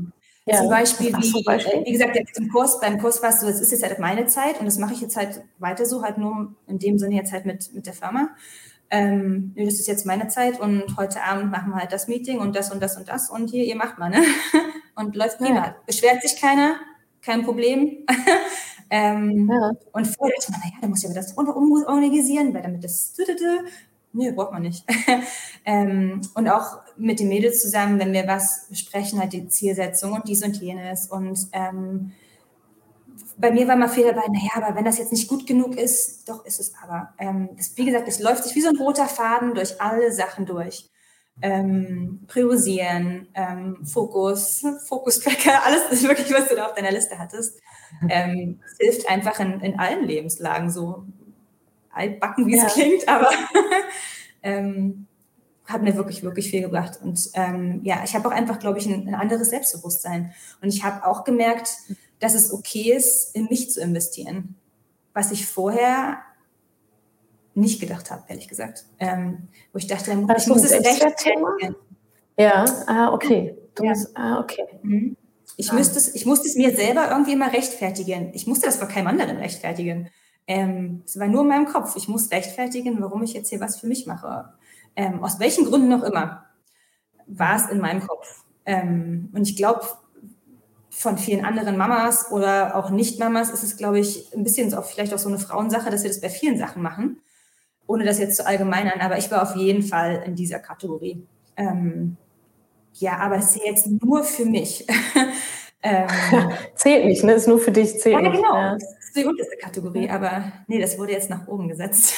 Speaker 2: Ja,
Speaker 1: zum Beispiel,
Speaker 2: was zum
Speaker 1: wie,
Speaker 2: Beispiel?
Speaker 1: wie gesagt, jetzt im Kurs, beim Kurs war es so, das ist jetzt halt meine Zeit und das mache ich jetzt halt weiter so, halt nur in dem Sinne jetzt halt mit, mit der Firma. Ähm, nee, das ist jetzt meine Zeit und heute Abend machen wir halt das Meeting und das und das und das und hier, ihr macht mal, ne? Und läuft prima.
Speaker 2: Ja.
Speaker 1: Beschwert sich keiner, kein Problem. ähm,
Speaker 2: Ja.
Speaker 1: Und vorher dachte ich mir, naja, da muss ich aber das organisieren, weil damit das, nee, braucht man nicht. ähm, und auch mit den Mädels zusammen, wenn wir was besprechen, halt die Zielsetzung und dies und jenes und ähm, bei mir war mal viel dabei, naja, aber wenn das jetzt nicht gut genug ist, doch ist es aber. Ähm, das, wie gesagt, es läuft sich wie so ein roter Faden durch alle Sachen durch. Ähm, priorisieren, ähm, Fokus, Fokus-Tracker, alles ist wirklich, was du da auf deiner Liste hattest. Ähm, es hilft einfach in, in allen Lebenslagen, so altbacken, wie ja. es klingt, aber ähm, hat mir wirklich, wirklich viel gebracht. Und ähm, ja, ich habe auch einfach, glaube ich, ein, ein anderes Selbstbewusstsein. Und ich habe auch gemerkt, dass es okay ist, in mich zu investieren, was ich vorher nicht gedacht habe, ehrlich gesagt. Ähm, wo ich dachte, ich muss es rechtfertigen.
Speaker 2: Ja, ah, okay. Du ja. musst, ah, okay.
Speaker 1: Mhm. Ich, ah. müsste es, ich musste es mir selber irgendwie immer rechtfertigen. Ich musste das vor keinem anderen rechtfertigen. Ähm, es war nur in meinem Kopf. Ich muss rechtfertigen, warum ich jetzt hier was für mich mache. Ähm, aus welchen Gründen noch immer, war es in meinem Kopf. Ähm, und ich glaube, von vielen anderen Mamas oder auch Nicht-Mamas ist es, glaube ich, ein bisschen auch vielleicht auch so eine Frauensache, dass wir das bei vielen Sachen machen, ohne das jetzt zu allgemeinern. Aber ich war auf jeden Fall in dieser Kategorie. Ähm, ja, aber das ist jetzt nur für mich.
Speaker 2: ähm, zählt nicht, ne? Ist nur für dich, zählt
Speaker 1: ja,
Speaker 2: nicht.
Speaker 1: Genau.
Speaker 2: Ja,
Speaker 1: genau. Das ist die unterste Kategorie, aber nee, das wurde jetzt nach oben gesetzt.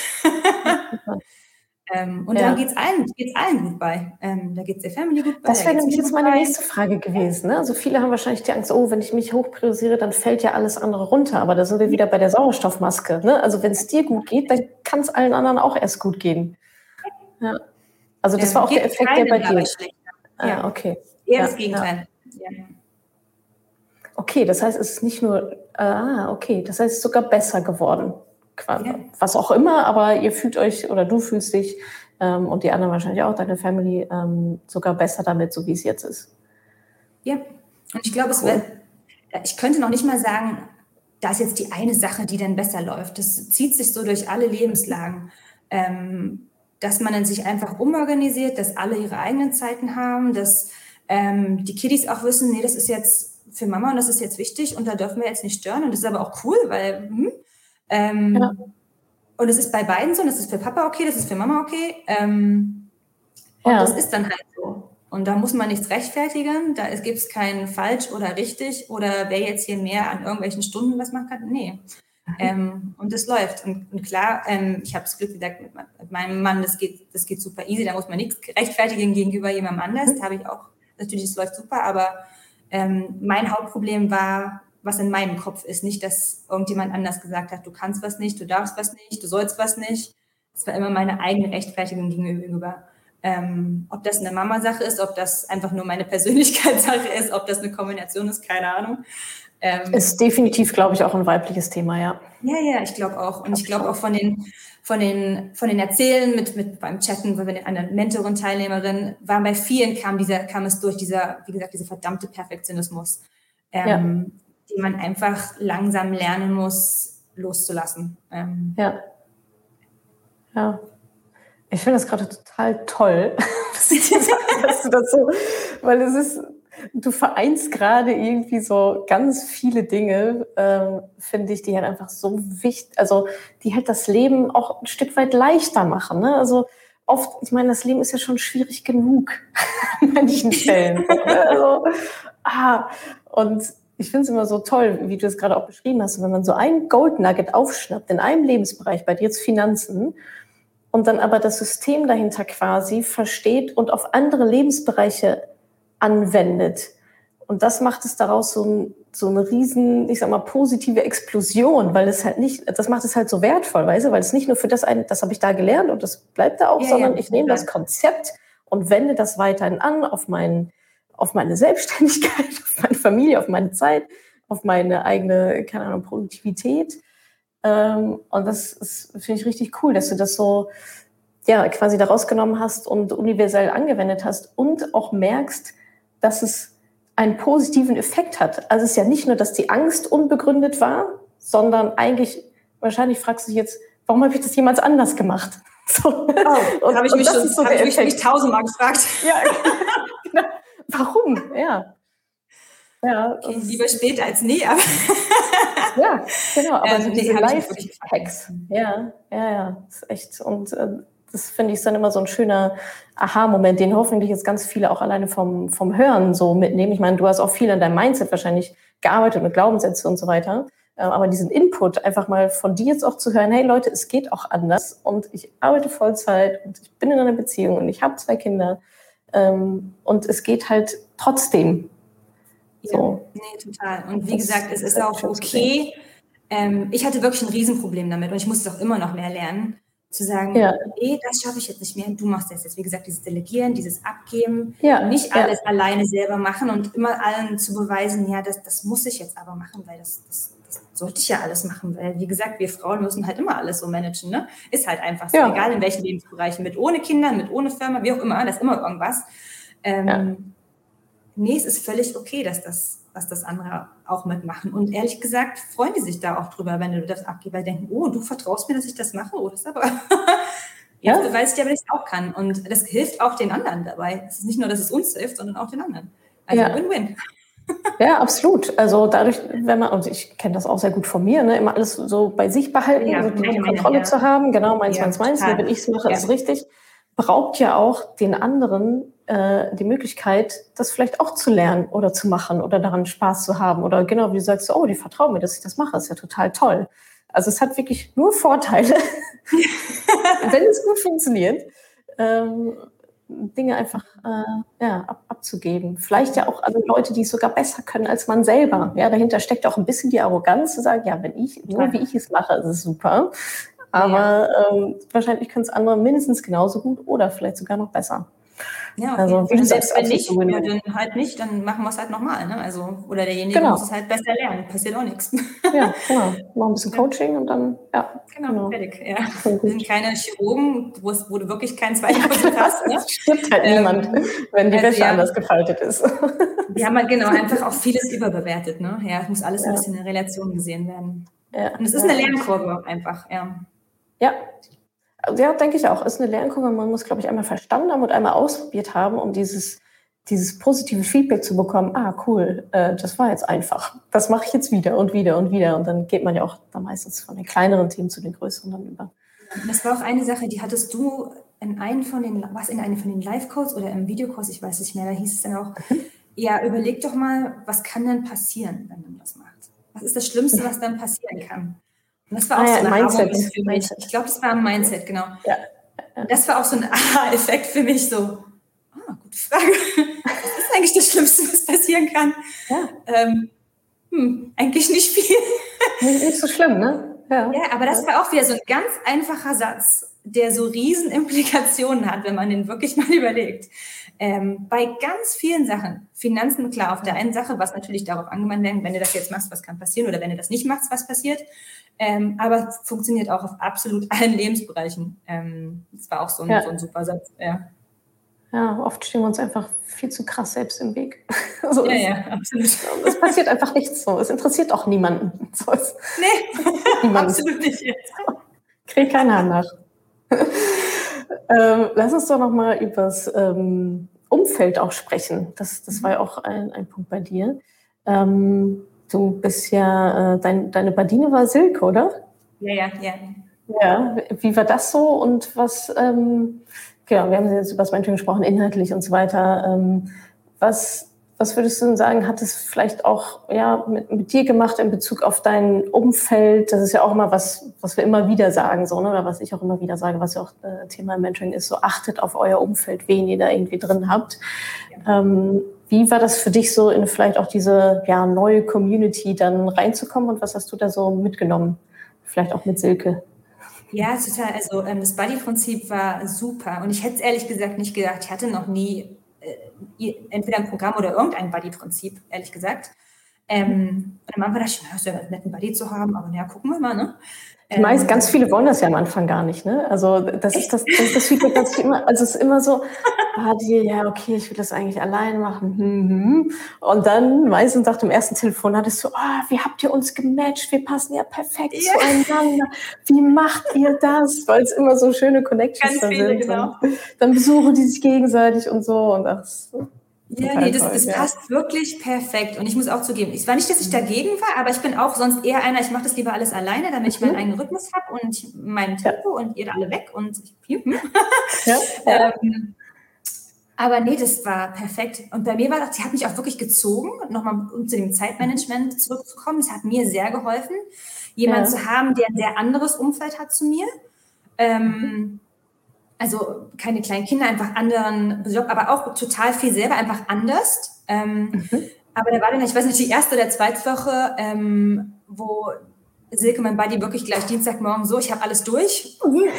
Speaker 1: Ähm, und ja. da geht es allen, geht's allen gut bei. Ähm, da geht es der Family gut bei.
Speaker 2: Das wäre nämlich jetzt meine bei. nächste Frage gewesen. Ne? Also viele haben wahrscheinlich die Angst, oh, wenn ich mich hochpriorisiere, dann fällt ja alles andere runter. Aber da sind wir wieder bei der Sauerstoffmaske. Ne? Also wenn es dir gut geht, dann kann es allen anderen auch erst gut gehen. Ja. Also das ähm, war auch der Effekt, der bei dir. Ah,
Speaker 1: ja,
Speaker 2: okay.
Speaker 1: Eher das ja, Gegenteil. Ja. Ja.
Speaker 2: Okay, das heißt, es ist nicht nur, ah, okay, das heißt, es ist sogar besser geworden. Ja. Was auch immer, aber ihr fühlt euch oder du fühlst dich ähm, und die anderen wahrscheinlich auch, deine Family, ähm, sogar besser damit, so wie es jetzt ist.
Speaker 1: Ja, und ich glaube, cool. es wird, ich könnte noch nicht mal sagen, da ist jetzt die eine Sache, die dann besser läuft. Das zieht sich so durch alle Lebenslagen, ähm, dass man dann sich einfach umorganisiert, dass alle ihre eigenen Zeiten haben, dass ähm, die Kiddies auch wissen, nee, das ist jetzt für Mama und das ist jetzt wichtig und da dürfen wir jetzt nicht stören und das ist aber auch cool, weil hm, Ähm, ja. Und es ist bei beiden so, das ist für Papa okay, das ist für Mama okay. Ähm, und ja. das ist dann halt so. Und da muss man nichts rechtfertigen, da gibt es kein falsch oder richtig oder wer jetzt hier mehr an irgendwelchen Stunden was machen kann. Nee. Mhm. Ähm, und das läuft. Und, und klar, ähm, ich habe das Glück gesagt, mit, mit meinem Mann, das geht, das geht super easy, da muss man nichts rechtfertigen gegenüber jemandem anders. Mhm. Da habe ich auch, natürlich, das läuft super, aber ähm, mein Hauptproblem war, was in meinem Kopf ist. Nicht, dass irgendjemand anders gesagt hat, du kannst was nicht, du darfst was nicht, du sollst was nicht. Das war immer meine eigene Rechtfertigung gegenüber. Ähm, ob das eine Mama-Sache ist, ob das einfach nur meine Persönlichkeitssache ist, ob das eine Kombination ist, keine Ahnung. Ähm,
Speaker 2: ist definitiv, glaube ich, auch ein weibliches Thema, ja.
Speaker 1: Ja, ja, ich glaube auch. Und ich glaube auch von den, von den, von den Erzählen mit, mit beim Chatten, bei den anderen Mentoren, Teilnehmerinnen, war bei vielen kam dieser, kam es durch dieser, wie gesagt, dieser verdammte Perfektionismus. Ähm, ja. Die man einfach langsam lernen muss, loszulassen. Ähm.
Speaker 2: Ja. Ja. Ich finde das gerade total toll, dass, ich dir sage, dass du das so, weil es ist, du vereinst gerade irgendwie so ganz viele Dinge, ähm, finde ich, die halt einfach so wichtig, also die halt das Leben auch ein Stück weit leichter machen. Ne? Also oft, ich meine, das Leben ist ja schon schwierig genug in manchen Fällen. Also, ah, und ich finde es immer so toll, wie du es gerade auch beschrieben hast, wenn man so einen Gold Nugget aufschnappt in einem Lebensbereich, bei dir jetzt Finanzen, und dann aber das System dahinter quasi versteht und auf andere Lebensbereiche anwendet. Und das macht es daraus so, ein, so eine riesen, ich sag mal, positive Explosion, weil es halt nicht, das macht es halt so wertvoll, weißt du, weil es nicht nur für das ein, das habe ich da gelernt und das bleibt da auch, ja, sondern ja, ich nehme ja. das Konzept und wende das weiterhin an auf meinen, auf meine Selbstständigkeit, auf meine Familie, auf meine Zeit, auf meine eigene, keine Ahnung, Produktivität. Ähm, und das ist, finde ich, richtig cool, dass du das so, ja, quasi da rausgenommen hast und universell angewendet hast und auch merkst, dass es einen positiven Effekt hat. Also es ist ja nicht nur, dass die Angst unbegründet war, sondern eigentlich, wahrscheinlich fragst du dich jetzt, warum habe ich das jemals anders gemacht? So.
Speaker 1: Oh, habe ich mich schon so hab ich mich tausendmal gefragt.
Speaker 2: Ja, genau. Warum? Ja.
Speaker 1: Ja, okay, lieber später als nie, aber
Speaker 2: ja, genau, aber
Speaker 1: ähm,
Speaker 2: so diese nee, Life-Hacks, ja, ja, ja, das ist echt, und äh, das finde ich dann immer so ein schöner Aha-Moment, den hoffentlich jetzt ganz viele auch alleine vom, vom Hören so mitnehmen. Ich meine, du hast auch viel an deinem Mindset wahrscheinlich gearbeitet mit Glaubenssätze und so weiter, äh, aber diesen Input einfach mal von dir jetzt auch zu hören, hey Leute, es geht auch anders und ich arbeite Vollzeit und ich bin in einer Beziehung und ich habe zwei Kinder ähm, und es geht halt trotzdem.
Speaker 1: So. Ja, nee, total. Und wie das gesagt, es ist auch okay. Ähm, ich hatte wirklich ein Riesenproblem damit und ich muss es auch immer noch mehr lernen, zu sagen, ja. nee, das schaffe ich jetzt nicht mehr. Du machst das jetzt. Wie gesagt, dieses Delegieren, dieses Abgeben, ja. nicht alles ja. alleine selber machen und immer allen zu beweisen, ja, das, das muss ich jetzt aber machen, weil das, das, das sollte ich ja alles machen. Weil, wie gesagt, wir Frauen müssen halt immer alles so managen. Ne? Ist halt einfach so, ja. egal in welchen Lebensbereichen, mit ohne Kindern, mit ohne Firma, wie auch immer, das ist immer irgendwas. Ähm, ja. Nee, es ist völlig okay, dass das, dass das andere auch mitmachen. Und ehrlich gesagt freuen die sich da auch drüber, wenn du das abgibst, weil die denken, oh, du vertraust mir, dass ich das mache? Oh, das ist aber... Jetzt ja. beweist ja, wenn ich es auch kann. Und das hilft auch den anderen dabei. Es ist nicht nur, dass es uns hilft, sondern auch den anderen. Also ja. Win-Win.
Speaker 2: Ja, absolut. Also dadurch, wenn man, und ich kenne das auch sehr gut von mir, ne, immer alles so bei sich behalten, ja, also die meine, Kontrolle ja. zu haben, genau, meins, ja, meins, meins, wenn ich es mache, ja. ist richtig, braucht ja auch den anderen äh, die Möglichkeit, das vielleicht auch zu lernen oder zu machen oder daran Spaß zu haben. Oder genau, wie du sagst, oh, die vertrauen mir, dass ich das mache, das ist ja total toll. Also es hat wirklich nur Vorteile, wenn es gut funktioniert, ähm, Dinge einfach äh, ja, ab, abzugeben. Vielleicht ja auch an Leute, die es sogar besser können als man selber. Ja, dahinter steckt auch ein bisschen die Arroganz zu sagen, ja, wenn ich, nur wie ich es mache, ist es super. Aber ja. ähm, wahrscheinlich können es andere mindestens genauso gut oder vielleicht sogar noch besser.
Speaker 1: Ja, also wie du sagst, wenn nicht, ja, dann halt nicht, dann machen wir es halt nochmal, ne? Also, oder derjenige genau. muss es halt besser lernen, passiert auch nichts.
Speaker 2: Ja, genau. Noch ein bisschen Coaching und dann, ja.
Speaker 1: Genau, genau. fertig. Ja. Wir sind keine Chirurgen, wo, es, wo du wirklich keinen zweiten Versuch hast. Ne?
Speaker 2: Das stimmt halt ähm, niemand, wenn die also Wäsche ja, anders gefaltet ist.
Speaker 1: Wir haben halt genau einfach auch vieles überbewertet. Ne? Ja, es muss alles ja. ein bisschen in Relation gesehen werden. Ja. Und es ist ja. eine Lernkurve einfach, ja.
Speaker 2: Ja. Ja, denke ich auch. Ist eine Lernkurve. Man muss, glaube ich, einmal verstanden haben und einmal ausprobiert haben, um dieses, dieses positive Feedback zu bekommen. Ah, cool, äh, das war jetzt einfach. Das mache ich jetzt wieder und wieder und wieder. Und dann geht man ja auch dann meistens von den kleineren Themen zu den größeren dann über.
Speaker 1: Das war auch eine Sache, die hattest du in einem von den, was in einem von den Live-Codes oder im Videokurs, ich weiß nicht mehr, da hieß es dann auch, ja, überleg doch mal, was kann denn passieren, wenn man das macht? Was ist das Schlimmste, was dann passieren kann? Und das war auch ah, so ein Aha-Moment für mich. Mindset. Ich glaube, das war ein Mindset, genau. Ja. Und das war auch so ein Aha-Effekt für mich, so, ah, gute Frage. Was ist eigentlich das Schlimmste, was passieren kann? Ja. Ähm, hm, eigentlich nicht viel.
Speaker 2: Nicht, nicht so schlimm, ne?
Speaker 1: Ja. ja, aber das war auch wieder so ein ganz einfacher Satz, der so riesen Implikationen hat, wenn man den wirklich mal überlegt. Ähm, bei ganz vielen Sachen, Finanzen, klar, auf der einen Sache, was natürlich darauf angewandt werden, wenn du das jetzt machst, was kann passieren, oder wenn du das nicht machst, was passiert. Ähm, aber funktioniert auch auf absolut allen Lebensbereichen. Ähm, das war auch so ein, ja. so ein super Satz. Ja.
Speaker 2: ja, oft stehen wir uns einfach viel zu krass selbst im Weg. so
Speaker 1: ja,
Speaker 2: ist,
Speaker 1: ja, absolut.
Speaker 2: Es passiert einfach nichts so. Es interessiert auch niemanden. So ist,
Speaker 1: nee, niemanden. Absolut nicht.
Speaker 2: Kriegt keiner nach. ähm, lass uns doch noch mal über das ähm, Umfeld auch sprechen. Das, das war ja auch ein, ein Punkt bei dir. Ähm, Du bist ja, äh, dein, deine Badine war Silke, oder?
Speaker 1: Ja, ja, ja.
Speaker 2: Ja, wie war das so und was, ähm, genau, wir haben jetzt über das Mentoring gesprochen, inhaltlich und so weiter. Ähm, was, was würdest du denn sagen, hat es vielleicht auch ja, mit, mit dir gemacht in Bezug auf dein Umfeld? Das ist ja auch immer was, was wir immer wieder sagen, so, ne? Oder was ich auch immer wieder sage, was ja auch äh, Thema im Mentoring ist, so achtet auf euer Umfeld, wen ihr da irgendwie drin habt. Ja. Ähm, Wie war das für dich so in vielleicht auch diese ja, neue Community dann reinzukommen und was hast du da so mitgenommen? Vielleicht auch mit Silke.
Speaker 1: Ja, total. Also ähm, das Buddy-Prinzip war super und ich hätte es ehrlich gesagt nicht gedacht. Ich hatte noch nie äh, entweder ein Programm oder irgendein Buddy-Prinzip, ehrlich gesagt. Ähm, und am Anfang dachte ich, na, ist ja einen netten Buddy zu haben, aber naja, gucken wir mal, ne?
Speaker 2: Die meisten, ganz viele wollen das ja am Anfang gar nicht, ne? Also das ist das, das, ist das Feedback, das ich immer, also es ist immer so, ah, die, ja, okay, ich will das eigentlich alleine machen. Hm, hm. Und dann meistens nach dem ersten Telefonat ist so, ah, wie habt ihr uns gematcht? Wir passen ja perfekt ja. zueinander. Wie macht ihr das? Weil es immer so schöne Connections da sind. Genau. Dann besuchen die sich gegenseitig und so und ach,
Speaker 1: ja, nee, das, das ja. passt wirklich perfekt. Und ich muss auch zugeben, es war nicht, dass ich dagegen war, aber ich bin auch sonst eher einer, ich mache das lieber alles alleine, damit ich meinen eigenen Rhythmus habe und mein Tempo ja. und ihr da alle weg und ich, ja. ähm, aber nee, das war perfekt. Und bei mir war das, sie hat mich auch wirklich gezogen, nochmal um zu dem Zeitmanagement zurückzukommen. Es hat mir sehr geholfen, jemanden ja. zu haben, der ein sehr anderes Umfeld hat zu mir. Ähm, mhm. Also keine kleinen Kinder, einfach anderen Job, aber auch total viel selber, einfach anders. Ähm, mhm. Aber da war dann, ich weiß nicht, die erste oder zweite Woche, ähm, wo Silke, mein Buddy, wirklich gleich Dienstagmorgen so, ich habe alles durch.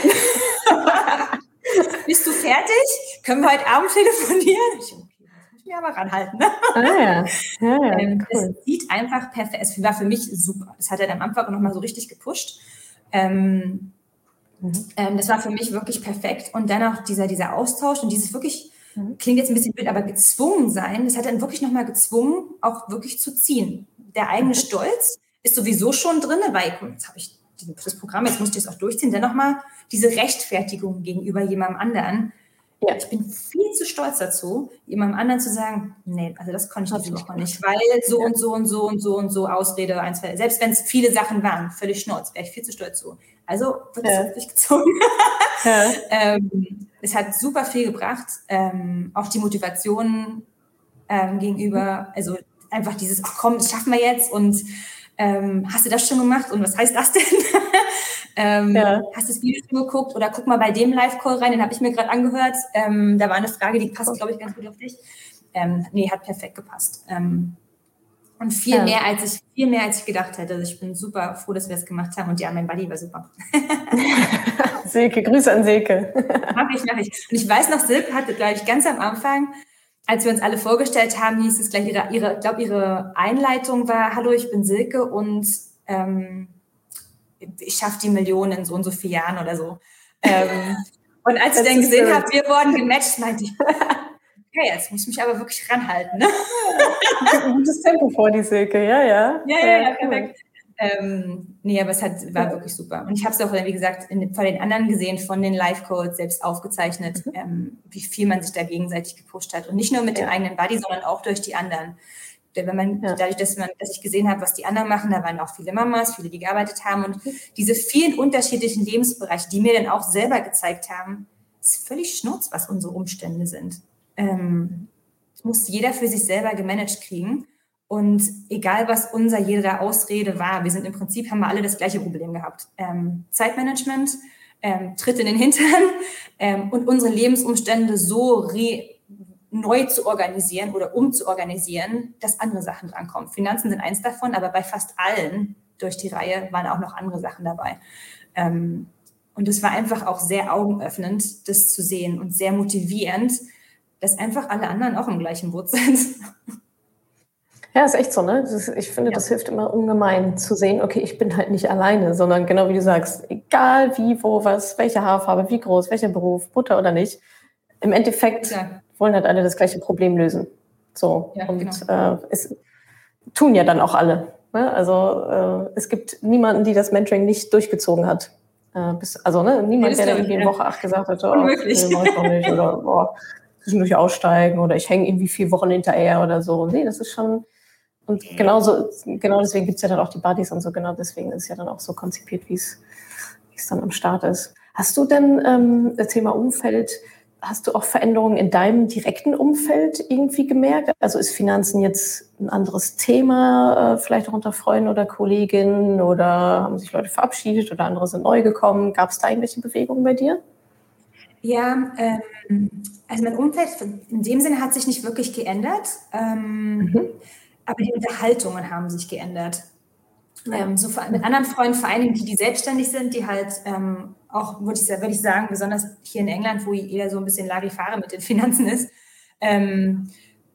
Speaker 1: Bist du fertig? Können wir heute Abend telefonieren? Ich, okay, das muss ich mir aber ranhalten. Ne? Ah, ja. Ja, ja, ähm, cool. Es sieht einfach perfekt, es war für mich super. Das hat er dann am Anfang nochmal so richtig gepusht. Ähm, Mhm. Ähm, das war für mich wirklich perfekt. Und dann auch dieser, dieser Austausch und dieses wirklich, mhm. klingt jetzt ein bisschen blöd, aber gezwungen sein, das hat dann wirklich nochmal gezwungen, auch wirklich zu ziehen. Der eigene mhm. Stolz ist sowieso schon drin, weil jetzt habe ich das Programm, jetzt muss ich das auch durchziehen. Dann nochmal diese Rechtfertigung gegenüber jemandem anderen. Ja. Ich bin viel zu stolz dazu, jemandem anderen zu sagen, nee, also das konnte ich nicht, nicht, weil so ja. und so und so und so und so Ausrede, ein, zwei, selbst wenn es viele Sachen waren, völlig schnurz, wäre ich viel zu stolz zu. Also wird es ja. durchgezogen. Ja. ähm, es hat super viel gebracht, ähm, auch die Motivation ähm, gegenüber, also einfach dieses, ach komm, das schaffen wir jetzt und ähm, hast du das schon gemacht und was heißt das denn? ähm, ja. Hast du das Video schon geguckt oder guck mal bei dem Live-Call rein, den habe ich mir gerade angehört. Ähm, da war eine Frage, die passt, glaube ich, ganz gut auf dich. Ähm, nee, hat perfekt gepasst. Ähm, und viel ja. mehr, als ich, viel mehr, als ich gedacht hätte. Also ich bin super froh, dass wir es gemacht haben und ja, mein Buddy war super.
Speaker 2: Silke, Grüße an Silke.
Speaker 1: Mach ich, mach ich. Und ich weiß noch, Silke hatte, glaube ich, ganz am Anfang, als wir uns alle vorgestellt haben, hieß es gleich, ihre, ihre, ich glaube, ihre Einleitung war, hallo, ich bin Silke und ähm, ich schaffe die Millionen in so und so vielen Jahren oder so. Ähm, und als ich dann gesehen habe, wir wurden gematcht, meinte ich, okay, jetzt muss ich mich aber wirklich ranhalten. Ne?
Speaker 2: Ein gutes Tempo vor die Silke, ja, ja.
Speaker 1: Ja, ja, ja, perfekt. Ähm, nee, aber es hat, war wirklich super. Und ich habe es auch, wie gesagt, in, von den anderen gesehen, von den Live-Codes selbst aufgezeichnet, mhm. ähm, wie viel man sich da gegenseitig gepusht hat. Und nicht nur mit ja. dem eigenen Buddy, sondern auch durch die anderen. Wenn man, ja. dadurch, dass, man, dass ich gesehen habe, was die anderen machen, da waren auch viele Mamas, viele, die gearbeitet haben. Und diese vielen unterschiedlichen Lebensbereiche, die mir dann auch selber gezeigt haben, ist völlig schnurz, was unsere Umstände sind. Ähm, muss jeder für sich selber gemanagt kriegen. Und egal, was unser jeder Ausrede war, wir sind im Prinzip, haben wir alle das gleiche Problem gehabt. Ähm, Zeitmanagement, ähm, Tritt in den Hintern ähm, und unsere Lebensumstände so re- neu zu organisieren oder umzuorganisieren, dass andere Sachen drankommen. Finanzen sind eins davon, aber bei fast allen durch die Reihe waren auch noch andere Sachen dabei. Ähm, und es war einfach auch sehr augenöffnend, das zu sehen und sehr motivierend, dass einfach alle anderen auch im gleichen Boot sind.
Speaker 2: Ja, ist echt so, ne? Das ist, ich finde, ja. das hilft immer ungemein zu sehen, okay, ich bin halt nicht alleine, sondern genau wie du sagst, egal wie, wo, was, welche Haarfarbe, wie groß, welcher Beruf, Mutter oder nicht, im Endeffekt ja. wollen halt alle das gleiche Problem lösen. So. Ja, und genau. äh, es tun ja dann auch alle. Ne? Also äh, es gibt niemanden, die das Mentoring nicht durchgezogen hat. Äh, bis, also ne, niemand, der da irgendwie in Woche acht gesagt hat, oh,
Speaker 1: unmöglich.
Speaker 2: Nee, mach ich doch nicht, oder boah, zwischendurch aussteigen oder ich hänge irgendwie vier Wochen hinterher oder so. Nee, das ist schon. Und genauso, genau deswegen gibt es ja dann auch die Buddies und so, genau deswegen ist es ja dann auch so konzipiert, wie es wie es dann am Start ist. Hast du denn, ähm, das Thema Umfeld, hast du auch Veränderungen in deinem direkten Umfeld irgendwie gemerkt? Also ist Finanzen jetzt ein anderes Thema, äh, vielleicht auch unter Freunden oder Kolleginnen oder haben sich Leute verabschiedet oder andere sind neu gekommen? Gab es da irgendwelche Bewegungen bei dir?
Speaker 1: Ja, ähm, also mein Umfeld in dem Sinne hat sich nicht wirklich geändert. Ähm, mhm. Aber die Unterhaltungen haben sich geändert. Ja. Ähm, so mit anderen Freunden, vor allen Dingen die, die selbstständig sind, die halt ähm, auch, würde ich, würd ich sagen, besonders hier in England, wo jeder so ein bisschen Larifare mit den Finanzen ist, ähm,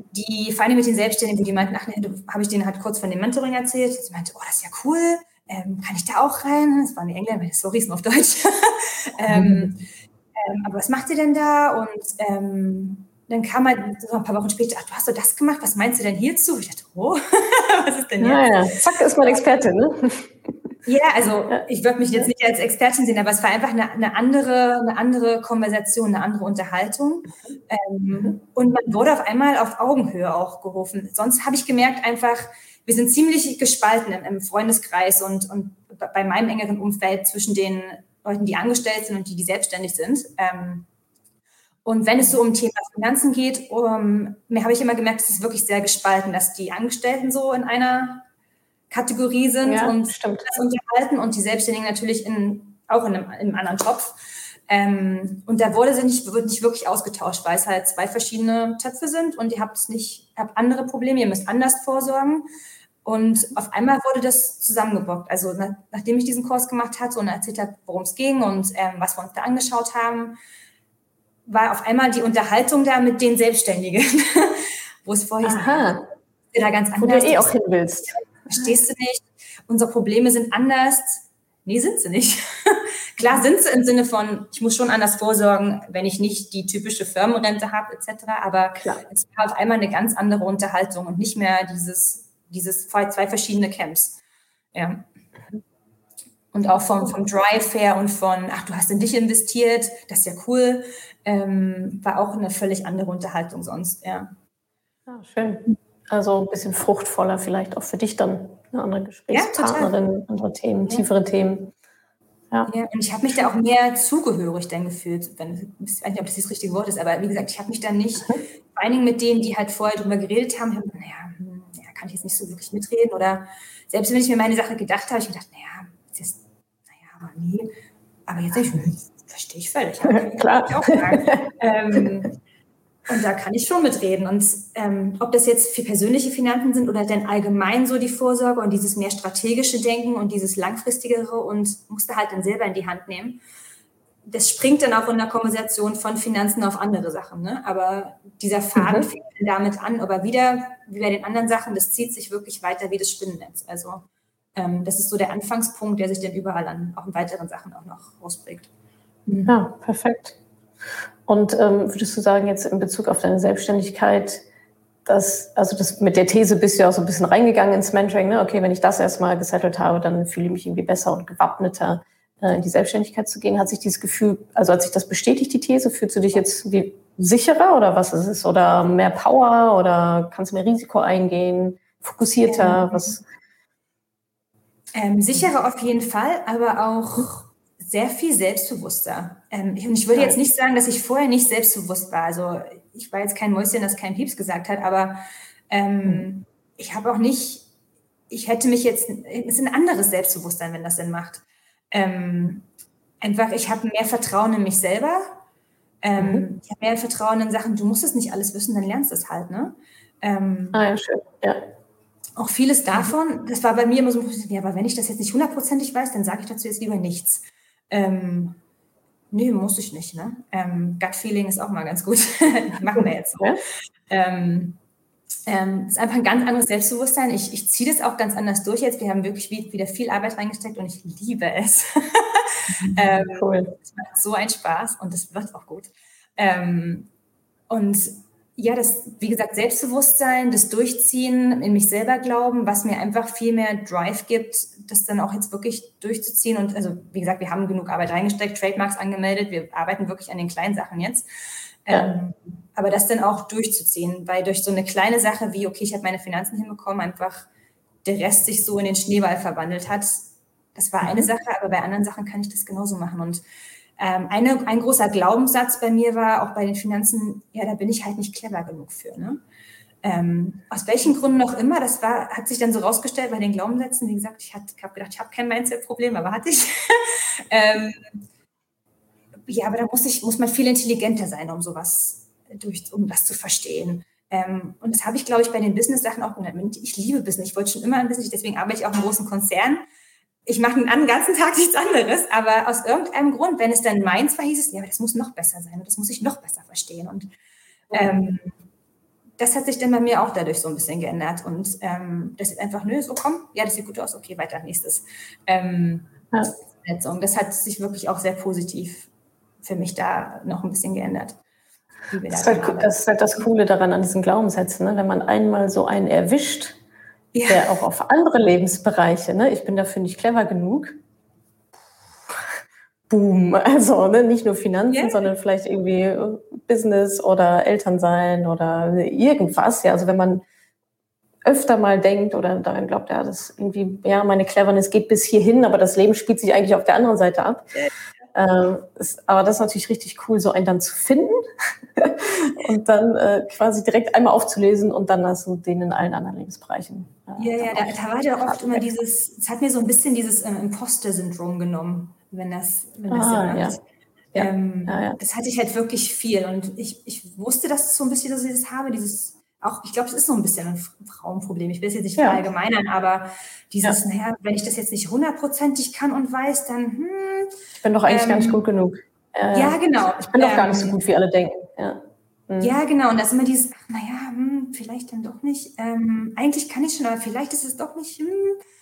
Speaker 1: die, vor allem mit den Selbstständigen, die meinten, ach nee, habe ich denen halt kurz von dem Mentoring erzählt. Sie meinte, oh, das ist ja cool, ähm, kann ich da auch rein? Das waren die Engländer, sorry, ist nur auf Deutsch. ähm, ähm, aber was macht ihr denn da? Und ähm, dann kam halt so ein paar Wochen später, ach, du hast doch das gemacht, was meinst du denn hierzu? Ich dachte, oh, was ist denn jetzt?
Speaker 2: Ja, ja. Zack, ist man Expertin, ne?
Speaker 1: Ja, also ich würde mich jetzt nicht als Expertin sehen, aber es war einfach eine, eine, andere, eine andere Konversation, eine andere Unterhaltung. Ähm, und man wurde auf einmal auf Augenhöhe auch gerufen. Sonst habe ich gemerkt einfach, wir sind ziemlich gespalten im, im Freundeskreis und, und bei meinem engeren Umfeld zwischen den Leuten, die angestellt sind und die, die selbstständig sind. Ähm, und wenn es so um Thema Finanzen geht, um, mir habe ich immer gemerkt, es ist wirklich sehr gespalten, dass die Angestellten so in einer Kategorie sind
Speaker 2: ja,
Speaker 1: und
Speaker 2: stimmt.
Speaker 1: das unterhalten und die Selbstständigen natürlich in, auch in einem, in einem anderen Topf. Ähm, und da wurde sie nicht, wird nicht wirklich ausgetauscht, weil es halt zwei verschiedene Töpfe sind und ihr habt es nicht, habt andere Probleme, ihr müsst anders vorsorgen. Und auf einmal wurde das zusammengebockt. Also nach, nachdem ich diesen Kurs gemacht hatte und erzählt habe, worum es ging und ähm, was wir uns da angeschaut haben, war auf einmal die Unterhaltung da mit den Selbstständigen, wo es vorher
Speaker 2: Aha.
Speaker 1: da ganz anders.
Speaker 2: Wo du eh auch hin willst.
Speaker 1: Verstehst du nicht? Unsere Probleme sind anders. Nee, sind sie nicht. Klar sind sie im Sinne von, ich muss schon anders vorsorgen, wenn ich nicht die typische Firmenrente habe, et cetera. Aber
Speaker 2: Klar.
Speaker 1: Es war auf einmal eine ganz andere Unterhaltung und nicht mehr dieses, dieses zwei verschiedene Camps. Ja. Und auch vom, vom Drive her und von, ach, du hast in dich investiert, das ist ja cool, ähm, war auch eine völlig andere Unterhaltung sonst, ja.
Speaker 2: Ja, schön. Also ein bisschen fruchtvoller vielleicht auch für dich dann, eine andere Gesprächspartnerin, ja, andere Themen, ja. tiefere Themen.
Speaker 1: Ja. ja, und ich habe mich da auch mehr zugehörig dann gefühlt, wenn, ich weiß nicht, ob das das richtige Wort ist, aber wie gesagt, ich habe mich dann nicht, mhm. vor allen Dingen mit denen, die halt vorher drüber geredet haben, haben naja, ja, kann ich jetzt nicht so wirklich mitreden oder selbst wenn ich mir meine Sache gedacht habe, ich mir gedacht, naja, jetzt, naja, aber nie, aber jetzt ich, verstehe ich völlig. Okay,
Speaker 2: klar.
Speaker 1: Ich auch ähm, und da kann ich schon mitreden. Und ähm, ob das jetzt für persönliche Finanzen sind oder dann allgemein so die Vorsorge und dieses mehr strategische Denken und dieses langfristigere und musst du halt dann selber in die Hand nehmen. Das springt dann auch in der Konversation von Finanzen auf andere Sachen. Ne? Aber dieser Faden mhm. fängt dann damit an, aber wieder, wie bei den anderen Sachen, das zieht sich wirklich weiter wie das Spinnennetz. Also ähm, das ist so der Anfangspunkt, der sich dann überall an auch in weiteren Sachen auch noch ausprägt.
Speaker 2: Mhm. Ja, perfekt. Und ähm, würdest du sagen, jetzt in Bezug auf deine Selbstständigkeit, dass, also das, mit der These bist du ja auch so ein bisschen reingegangen ins Mentoring, ne? Okay, wenn ich das erstmal gesettelt habe, dann fühle ich mich irgendwie besser und gewappneter, äh, in die Selbstständigkeit zu gehen. Hat sich dieses Gefühl, also hat sich das bestätigt, die These? Fühlst du dich jetzt wie sicherer oder was ist es? Oder mehr Power oder kannst du mehr Risiko eingehen? Fokussierter?
Speaker 1: Ähm,
Speaker 2: was?
Speaker 1: Ähm, sicherer auf jeden Fall, aber auch sehr viel selbstbewusster. Ähm, und ich würde jetzt nicht sagen, dass ich vorher nicht selbstbewusst war. Also ich war jetzt kein Mäuschen, das kein Pieps gesagt hat, aber ähm, ich habe auch nicht, ich hätte mich jetzt, es ist ein anderes Selbstbewusstsein, wenn das Sinn macht. Ähm, einfach, ich habe mehr Vertrauen in mich selber. Ähm, mhm. Ich habe mehr Vertrauen in Sachen, du musst es nicht alles wissen, dann lernst du es halt. Ne? Ähm,
Speaker 2: ah ja, schön, ja.
Speaker 1: Auch vieles davon, das war bei mir immer so ein bisschen, ja, aber wenn ich das jetzt nicht hundertprozentig weiß, dann sage ich dazu jetzt lieber nichts. Ähm, nee, muss ich nicht, ne? Ähm, Gut-Feeling ist auch mal ganz gut. Machen wir jetzt so. Ja? Ähm, ähm, ist einfach ein ganz anderes Selbstbewusstsein. Ich, ich ziehe das auch ganz anders durch jetzt. Wir haben wirklich wieder viel Arbeit reingesteckt und ich liebe es. ähm, cool. Es macht so einen Spaß und es wird auch gut. Ähm, und ja, das, wie gesagt, Selbstbewusstsein, das Durchziehen, in mich selber glauben, was mir einfach viel mehr Drive gibt, das dann auch jetzt wirklich durchzuziehen. Und also, wie gesagt, wir haben genug Arbeit reingesteckt, Trademarks angemeldet, wir arbeiten wirklich an den kleinen Sachen jetzt. Ja. Ähm, aber das dann auch durchzuziehen, weil durch so eine kleine Sache wie, okay, ich habe meine Finanzen hinbekommen, einfach der Rest sich so in den Schneeball verwandelt hat. Das war eine mhm. Sache, aber bei anderen Sachen kann ich das genauso machen. Und Ähm, eine, ein großer Glaubenssatz bei mir war, auch bei den Finanzen, ja, da bin ich halt nicht clever genug für. Ne? Ähm, aus welchen Gründen auch immer, das war, hat sich dann so rausgestellt bei den Glaubenssätzen, wie gesagt, ich habe gedacht, ich habe kein Mindset-Problem, aber hatte ich. ähm, ja, aber da muss, ich, muss man viel intelligenter sein, um sowas, durch, um das zu verstehen. Ähm, und das habe ich, glaube ich, bei den Business-Sachen auch gelernt. Ich liebe Business, ich wollte schon immer ein Business, deswegen arbeite ich auch in einem großen Konzern. Ich mache den ganzen Tag nichts anderes, aber aus irgendeinem Grund, wenn es dann meins war, hieß es, ja, aber das muss noch besser sein und das muss ich noch besser verstehen. Und ähm, das hat sich dann bei mir auch dadurch so ein bisschen geändert. Und ähm, das ist einfach, nö, so komm, ja, das sieht gut aus, okay, weiter, nächstes. Ähm, ja. Das hat sich wirklich auch sehr positiv für mich da noch ein bisschen geändert.
Speaker 2: Das ist, halt, das ist halt das Coole daran an diesen Glaubenssätzen, ne? Wenn man einmal so einen erwischt, ja. der auch auf andere Lebensbereiche, ne? Ich bin dafür nicht clever genug, boom, also ne? Nicht nur Finanzen, yeah. sondern vielleicht irgendwie Business oder Elternsein oder irgendwas, ja, also wenn man öfter mal denkt oder daran glaubt, ja, das irgendwie, ja, meine Cleverness geht bis hierhin, aber das Leben spielt sich eigentlich auf der anderen Seite ab. Yeah. Ähm, ist, aber das ist natürlich richtig cool, so einen dann zu finden und dann äh, quasi direkt einmal aufzulesen und dann hast du den in allen anderen Lebensbereichen.
Speaker 1: Äh, ja, ja, da, da war ja auch oft immer dieses, es hat mir so ein bisschen dieses ähm, Imposter-Syndrom genommen, wenn das, wenn das
Speaker 2: ah,
Speaker 1: Sinn
Speaker 2: ja.
Speaker 1: macht.
Speaker 2: Ja.
Speaker 1: Ähm,
Speaker 2: ja, ja.
Speaker 1: Das hatte ich halt wirklich viel und ich, ich wusste, dass es so ein bisschen, dass ich das habe, dieses auch, ich glaube, es ist so ein bisschen ein Frauenproblem. Ich will es jetzt nicht
Speaker 2: ja.
Speaker 1: verallgemeinern, aber dieses, ja. naja, wenn ich das jetzt nicht hundertprozentig kann und weiß, dann, hm.
Speaker 2: Ich bin doch eigentlich ähm, gar nicht gut genug.
Speaker 1: Äh, ja, genau.
Speaker 2: Ich bin doch ähm, gar nicht so gut, wie alle denken. Ja,
Speaker 1: hm. ja genau. Und das ist immer dieses, ach, naja, hm, vielleicht dann doch nicht. Ähm, eigentlich kann ich schon, aber vielleicht ist es doch nicht. Hm.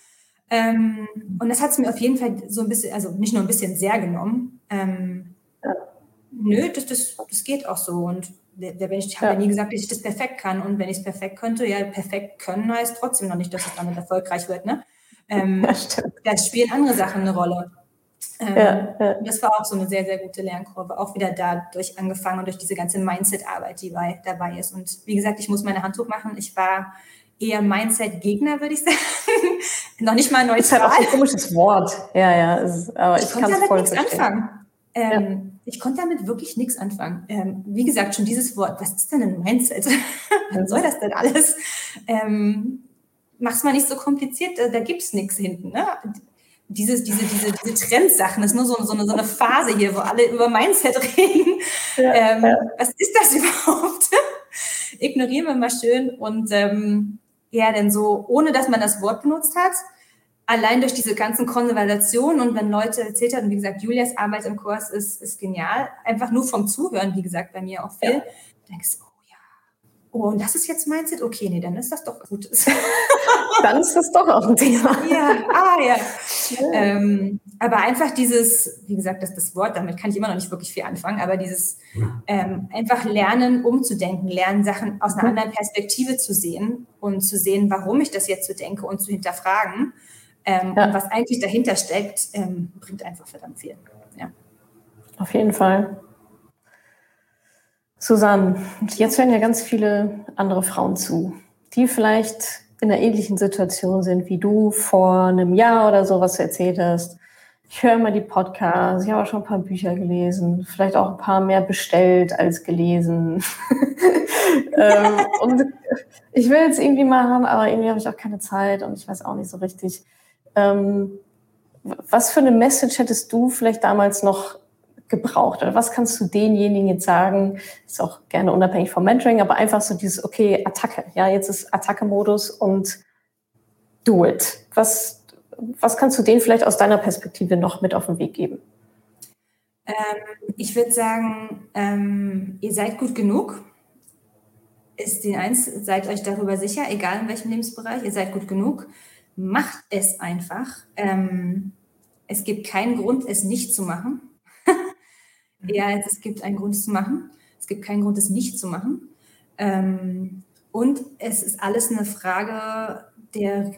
Speaker 1: Ähm, und das hat es mir auf jeden Fall so ein bisschen, also nicht nur ein bisschen sehr genommen. Ähm, ja. Nö, das, das, das geht auch so. Und ich habe ja. ja nie gesagt, dass ich das perfekt kann. Und wenn ich es perfekt könnte, ja, perfekt können heißt trotzdem noch nicht, dass es damit erfolgreich wird. Ne? Ähm, ja, da spielen andere Sachen eine Rolle. Ähm, ja, ja. Das war auch so eine sehr, sehr gute Lernkurve. Auch wieder dadurch angefangen und durch diese ganze Mindset-Arbeit, die bei, dabei ist. Und wie gesagt, ich muss meine Hand hochmachen. Ich war eher Mindset-Gegner, würde ich sagen. Noch nicht mal neutral.
Speaker 2: Das ist halt auch so ein komisches Wort. Ja, ja. Ist, aber ich,
Speaker 1: ich kann es voll nichts
Speaker 2: verstehen.
Speaker 1: anfangen. Ähm, ja. Ich konnte damit wirklich nichts anfangen. Ähm, wie gesagt, schon dieses Wort, was ist denn ein Mindset? Was soll das denn alles? Ähm, mach's mal nicht so kompliziert, da, da gibt's nichts hinten. Ne? Dieses, diese, diese, diese Trendsachen, das ist nur so, so, eine, so eine Phase hier, wo alle über Mindset reden. Ja, ähm, ja. Was ist das überhaupt? Ignorieren wir mal schön. Und ähm, ja, denn so, ohne dass man das Wort benutzt hat, allein durch diese ganzen Konversationen und wenn Leute erzählt haben, wie gesagt, Julias Arbeit im Kurs ist, ist genial, einfach nur vom Zuhören, wie gesagt, bei mir auch viel, ja. denkst du, oh ja, oh, und das ist jetzt Mindset? Okay, nee, dann ist das doch was Gutes.
Speaker 2: Dann ist das doch auch ein Thema.
Speaker 1: Ja, ah ja. ja. Ähm, aber einfach dieses, wie gesagt, das, das Wort, damit kann ich immer noch nicht wirklich viel anfangen, aber dieses ähm, einfach lernen, umzudenken, lernen, Sachen aus einer mhm. anderen Perspektive zu sehen und zu sehen, warum ich das jetzt so denke und zu hinterfragen. Ähm, ja. Und was eigentlich dahinter steckt, ähm, bringt einfach verdammt viel. Ja.
Speaker 2: Auf jeden Fall. Susanne, jetzt hören ja ganz viele andere Frauen zu, die vielleicht in einer ähnlichen Situation sind, wie du vor einem Jahr oder so, was du erzählt hast. Ich höre mal die Podcasts, ich habe auch schon ein paar Bücher gelesen, vielleicht auch ein paar mehr bestellt als gelesen. ähm, und ich will es irgendwie machen, aber irgendwie habe ich auch keine Zeit und ich weiß auch nicht so richtig. Ähm, was für eine Message hättest du vielleicht damals noch gebraucht? Oder was kannst du denjenigen jetzt sagen? Ist auch gerne unabhängig vom Mentoring, aber einfach so dieses, okay, Attacke. Ja, jetzt ist Attacke-Modus und do it. Was, was kannst du denen vielleicht aus deiner Perspektive noch mit auf den Weg geben?
Speaker 1: Ähm, ich würde sagen, ähm, ihr seid gut genug. Ist die eins, seid euch darüber sicher, egal in welchem Lebensbereich, ihr seid gut genug. Macht es einfach. Ähm, es gibt keinen Grund, es nicht zu machen. Ja, es gibt einen Grund, es zu machen. Es gibt keinen Grund, es nicht zu machen. Ähm, und es ist alles eine Frage der...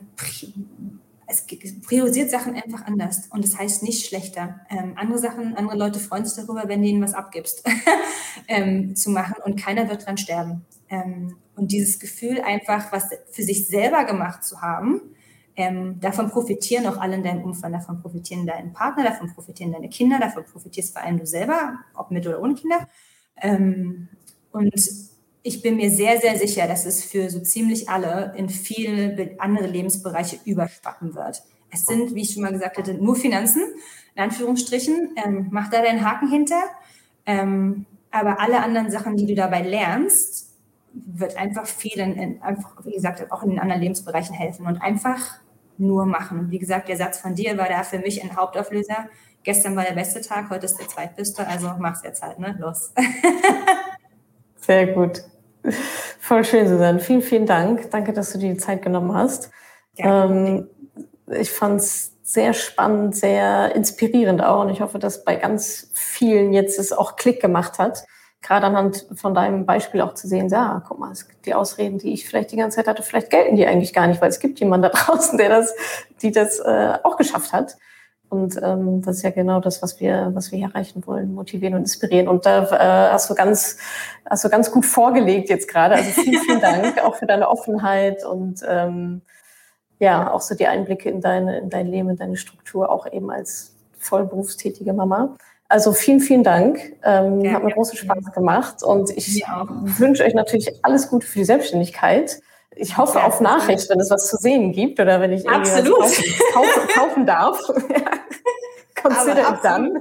Speaker 1: Es priorisiert Sachen einfach anders. Und das heißt nicht schlechter. Ähm, andere Sachen, andere Leute freuen sich darüber, wenn du ihnen was abgibst, ähm, zu machen. Und keiner wird dran sterben. Ähm, und dieses Gefühl einfach, was für sich selber gemacht zu haben, Ähm, davon profitieren auch alle in deinem Umfeld, davon profitieren deine Partner, davon profitieren deine Kinder, davon profitierst vor allem du selber, ob mit oder ohne Kinder. Ähm, und ich bin mir sehr, sehr sicher, dass es für so ziemlich alle in viele andere Lebensbereiche überschwappen wird. Es sind, wie ich schon mal gesagt hatte, nur Finanzen, in Anführungsstrichen. Ähm, mach da deinen Haken hinter. Ähm, aber alle anderen Sachen, die du dabei lernst, wird einfach vielen, in, einfach, wie gesagt, auch in den anderen Lebensbereichen helfen und einfach nur machen. Und wie gesagt, der Satz von dir war da für mich ein Hauptauflöser. Gestern war der beste Tag, heute ist der zweitbeste, also mach's jetzt halt, ne? Los.
Speaker 2: Sehr gut. Voll schön, Susanne. Vielen, vielen Dank. Danke, dass du dir die Zeit genommen hast. Ähm, ich fand es sehr spannend, sehr inspirierend auch. Und ich hoffe, dass bei ganz vielen jetzt es auch Klick gemacht hat. Gerade anhand von deinem Beispiel auch zu sehen, ja, guck mal, es gibt die Ausreden, die ich vielleicht die ganze Zeit hatte, vielleicht gelten die eigentlich gar nicht, weil es gibt jemanden da draußen, der das, die das äh, auch geschafft hat. Und ähm, das ist ja genau das, was wir, was wir hier erreichen wollen, motivieren und inspirieren. Und da äh, hast du ganz, hast du ganz gut vorgelegt jetzt gerade. Also vielen, vielen Dank auch für deine Offenheit und ähm, ja, auch so die Einblicke in deine, in dein Leben, in deine Struktur, auch eben als vollberufstätige Mama. Also vielen, vielen Dank. Ähm,
Speaker 1: Ja,
Speaker 2: hat mir
Speaker 1: ja.
Speaker 2: großen Spaß gemacht und ich wünsche euch natürlich alles Gute für die Selbstständigkeit. Ich hoffe
Speaker 1: Ja,
Speaker 2: auf Nachricht, wenn es was zu sehen gibt oder wenn ich irgendwie
Speaker 1: absolut.
Speaker 2: was kaufen, kaufen, kaufen darf. Consider it done.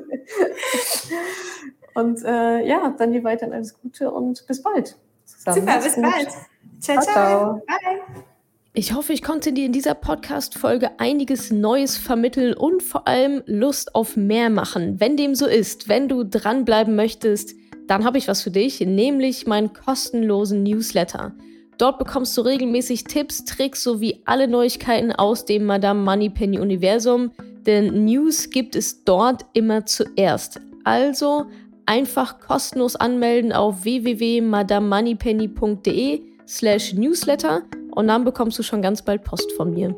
Speaker 2: Und äh, ja, dann dir weiterhin alles Gute und bis bald.
Speaker 1: Zusammen. Super, bis gut. bald. Ciao, ciao. ciao. Bye.
Speaker 3: Ich hoffe, ich konnte dir in dieser Podcast-Folge einiges Neues vermitteln und vor allem Lust auf mehr machen. Wenn dem so ist, wenn du dranbleiben möchtest, dann habe ich was für dich, nämlich meinen kostenlosen Newsletter. Dort bekommst du regelmäßig Tipps, Tricks sowie alle Neuigkeiten aus dem Madame Moneypenny Universum, denn News gibt es dort immer zuerst. Also einfach kostenlos anmelden auf w w w punkt madame moneypenny punkt d e slash newsletter und dann bekommst du schon ganz bald Post von mir.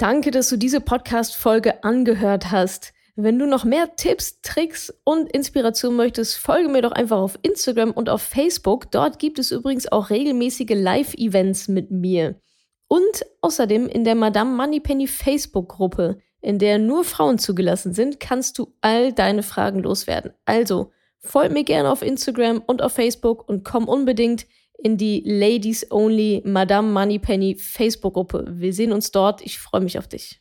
Speaker 3: Danke, dass du diese Podcast-Folge angehört hast. Wenn du noch mehr Tipps, Tricks und Inspiration möchtest, folge mir doch einfach auf Instagram und auf Facebook. Dort gibt es übrigens auch regelmäßige Live-Events mit mir. Und außerdem in der Madame Moneypenny Facebook-Gruppe, in der nur Frauen zugelassen sind, kannst du all deine Fragen loswerden. Also folg mir gerne auf Instagram und auf Facebook und komm unbedingt in die Ladies Only Madame Moneypenny Facebook-Gruppe. Wir sehen uns dort. Ich freue mich auf dich.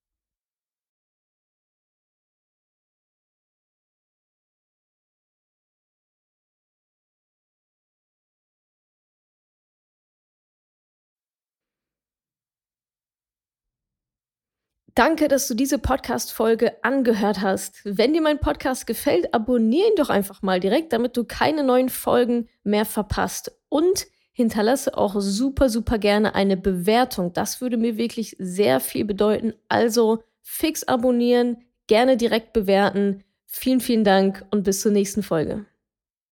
Speaker 3: Danke, dass du diese Podcast-Folge angehört hast. Wenn dir mein Podcast gefällt, abonniere ihn doch einfach mal direkt, damit du keine neuen Folgen mehr verpasst. Und hinterlasse auch super, super gerne eine Bewertung. Das würde mir wirklich sehr viel bedeuten. Also fix abonnieren, gerne direkt bewerten. Vielen, vielen Dank und bis zur nächsten Folge.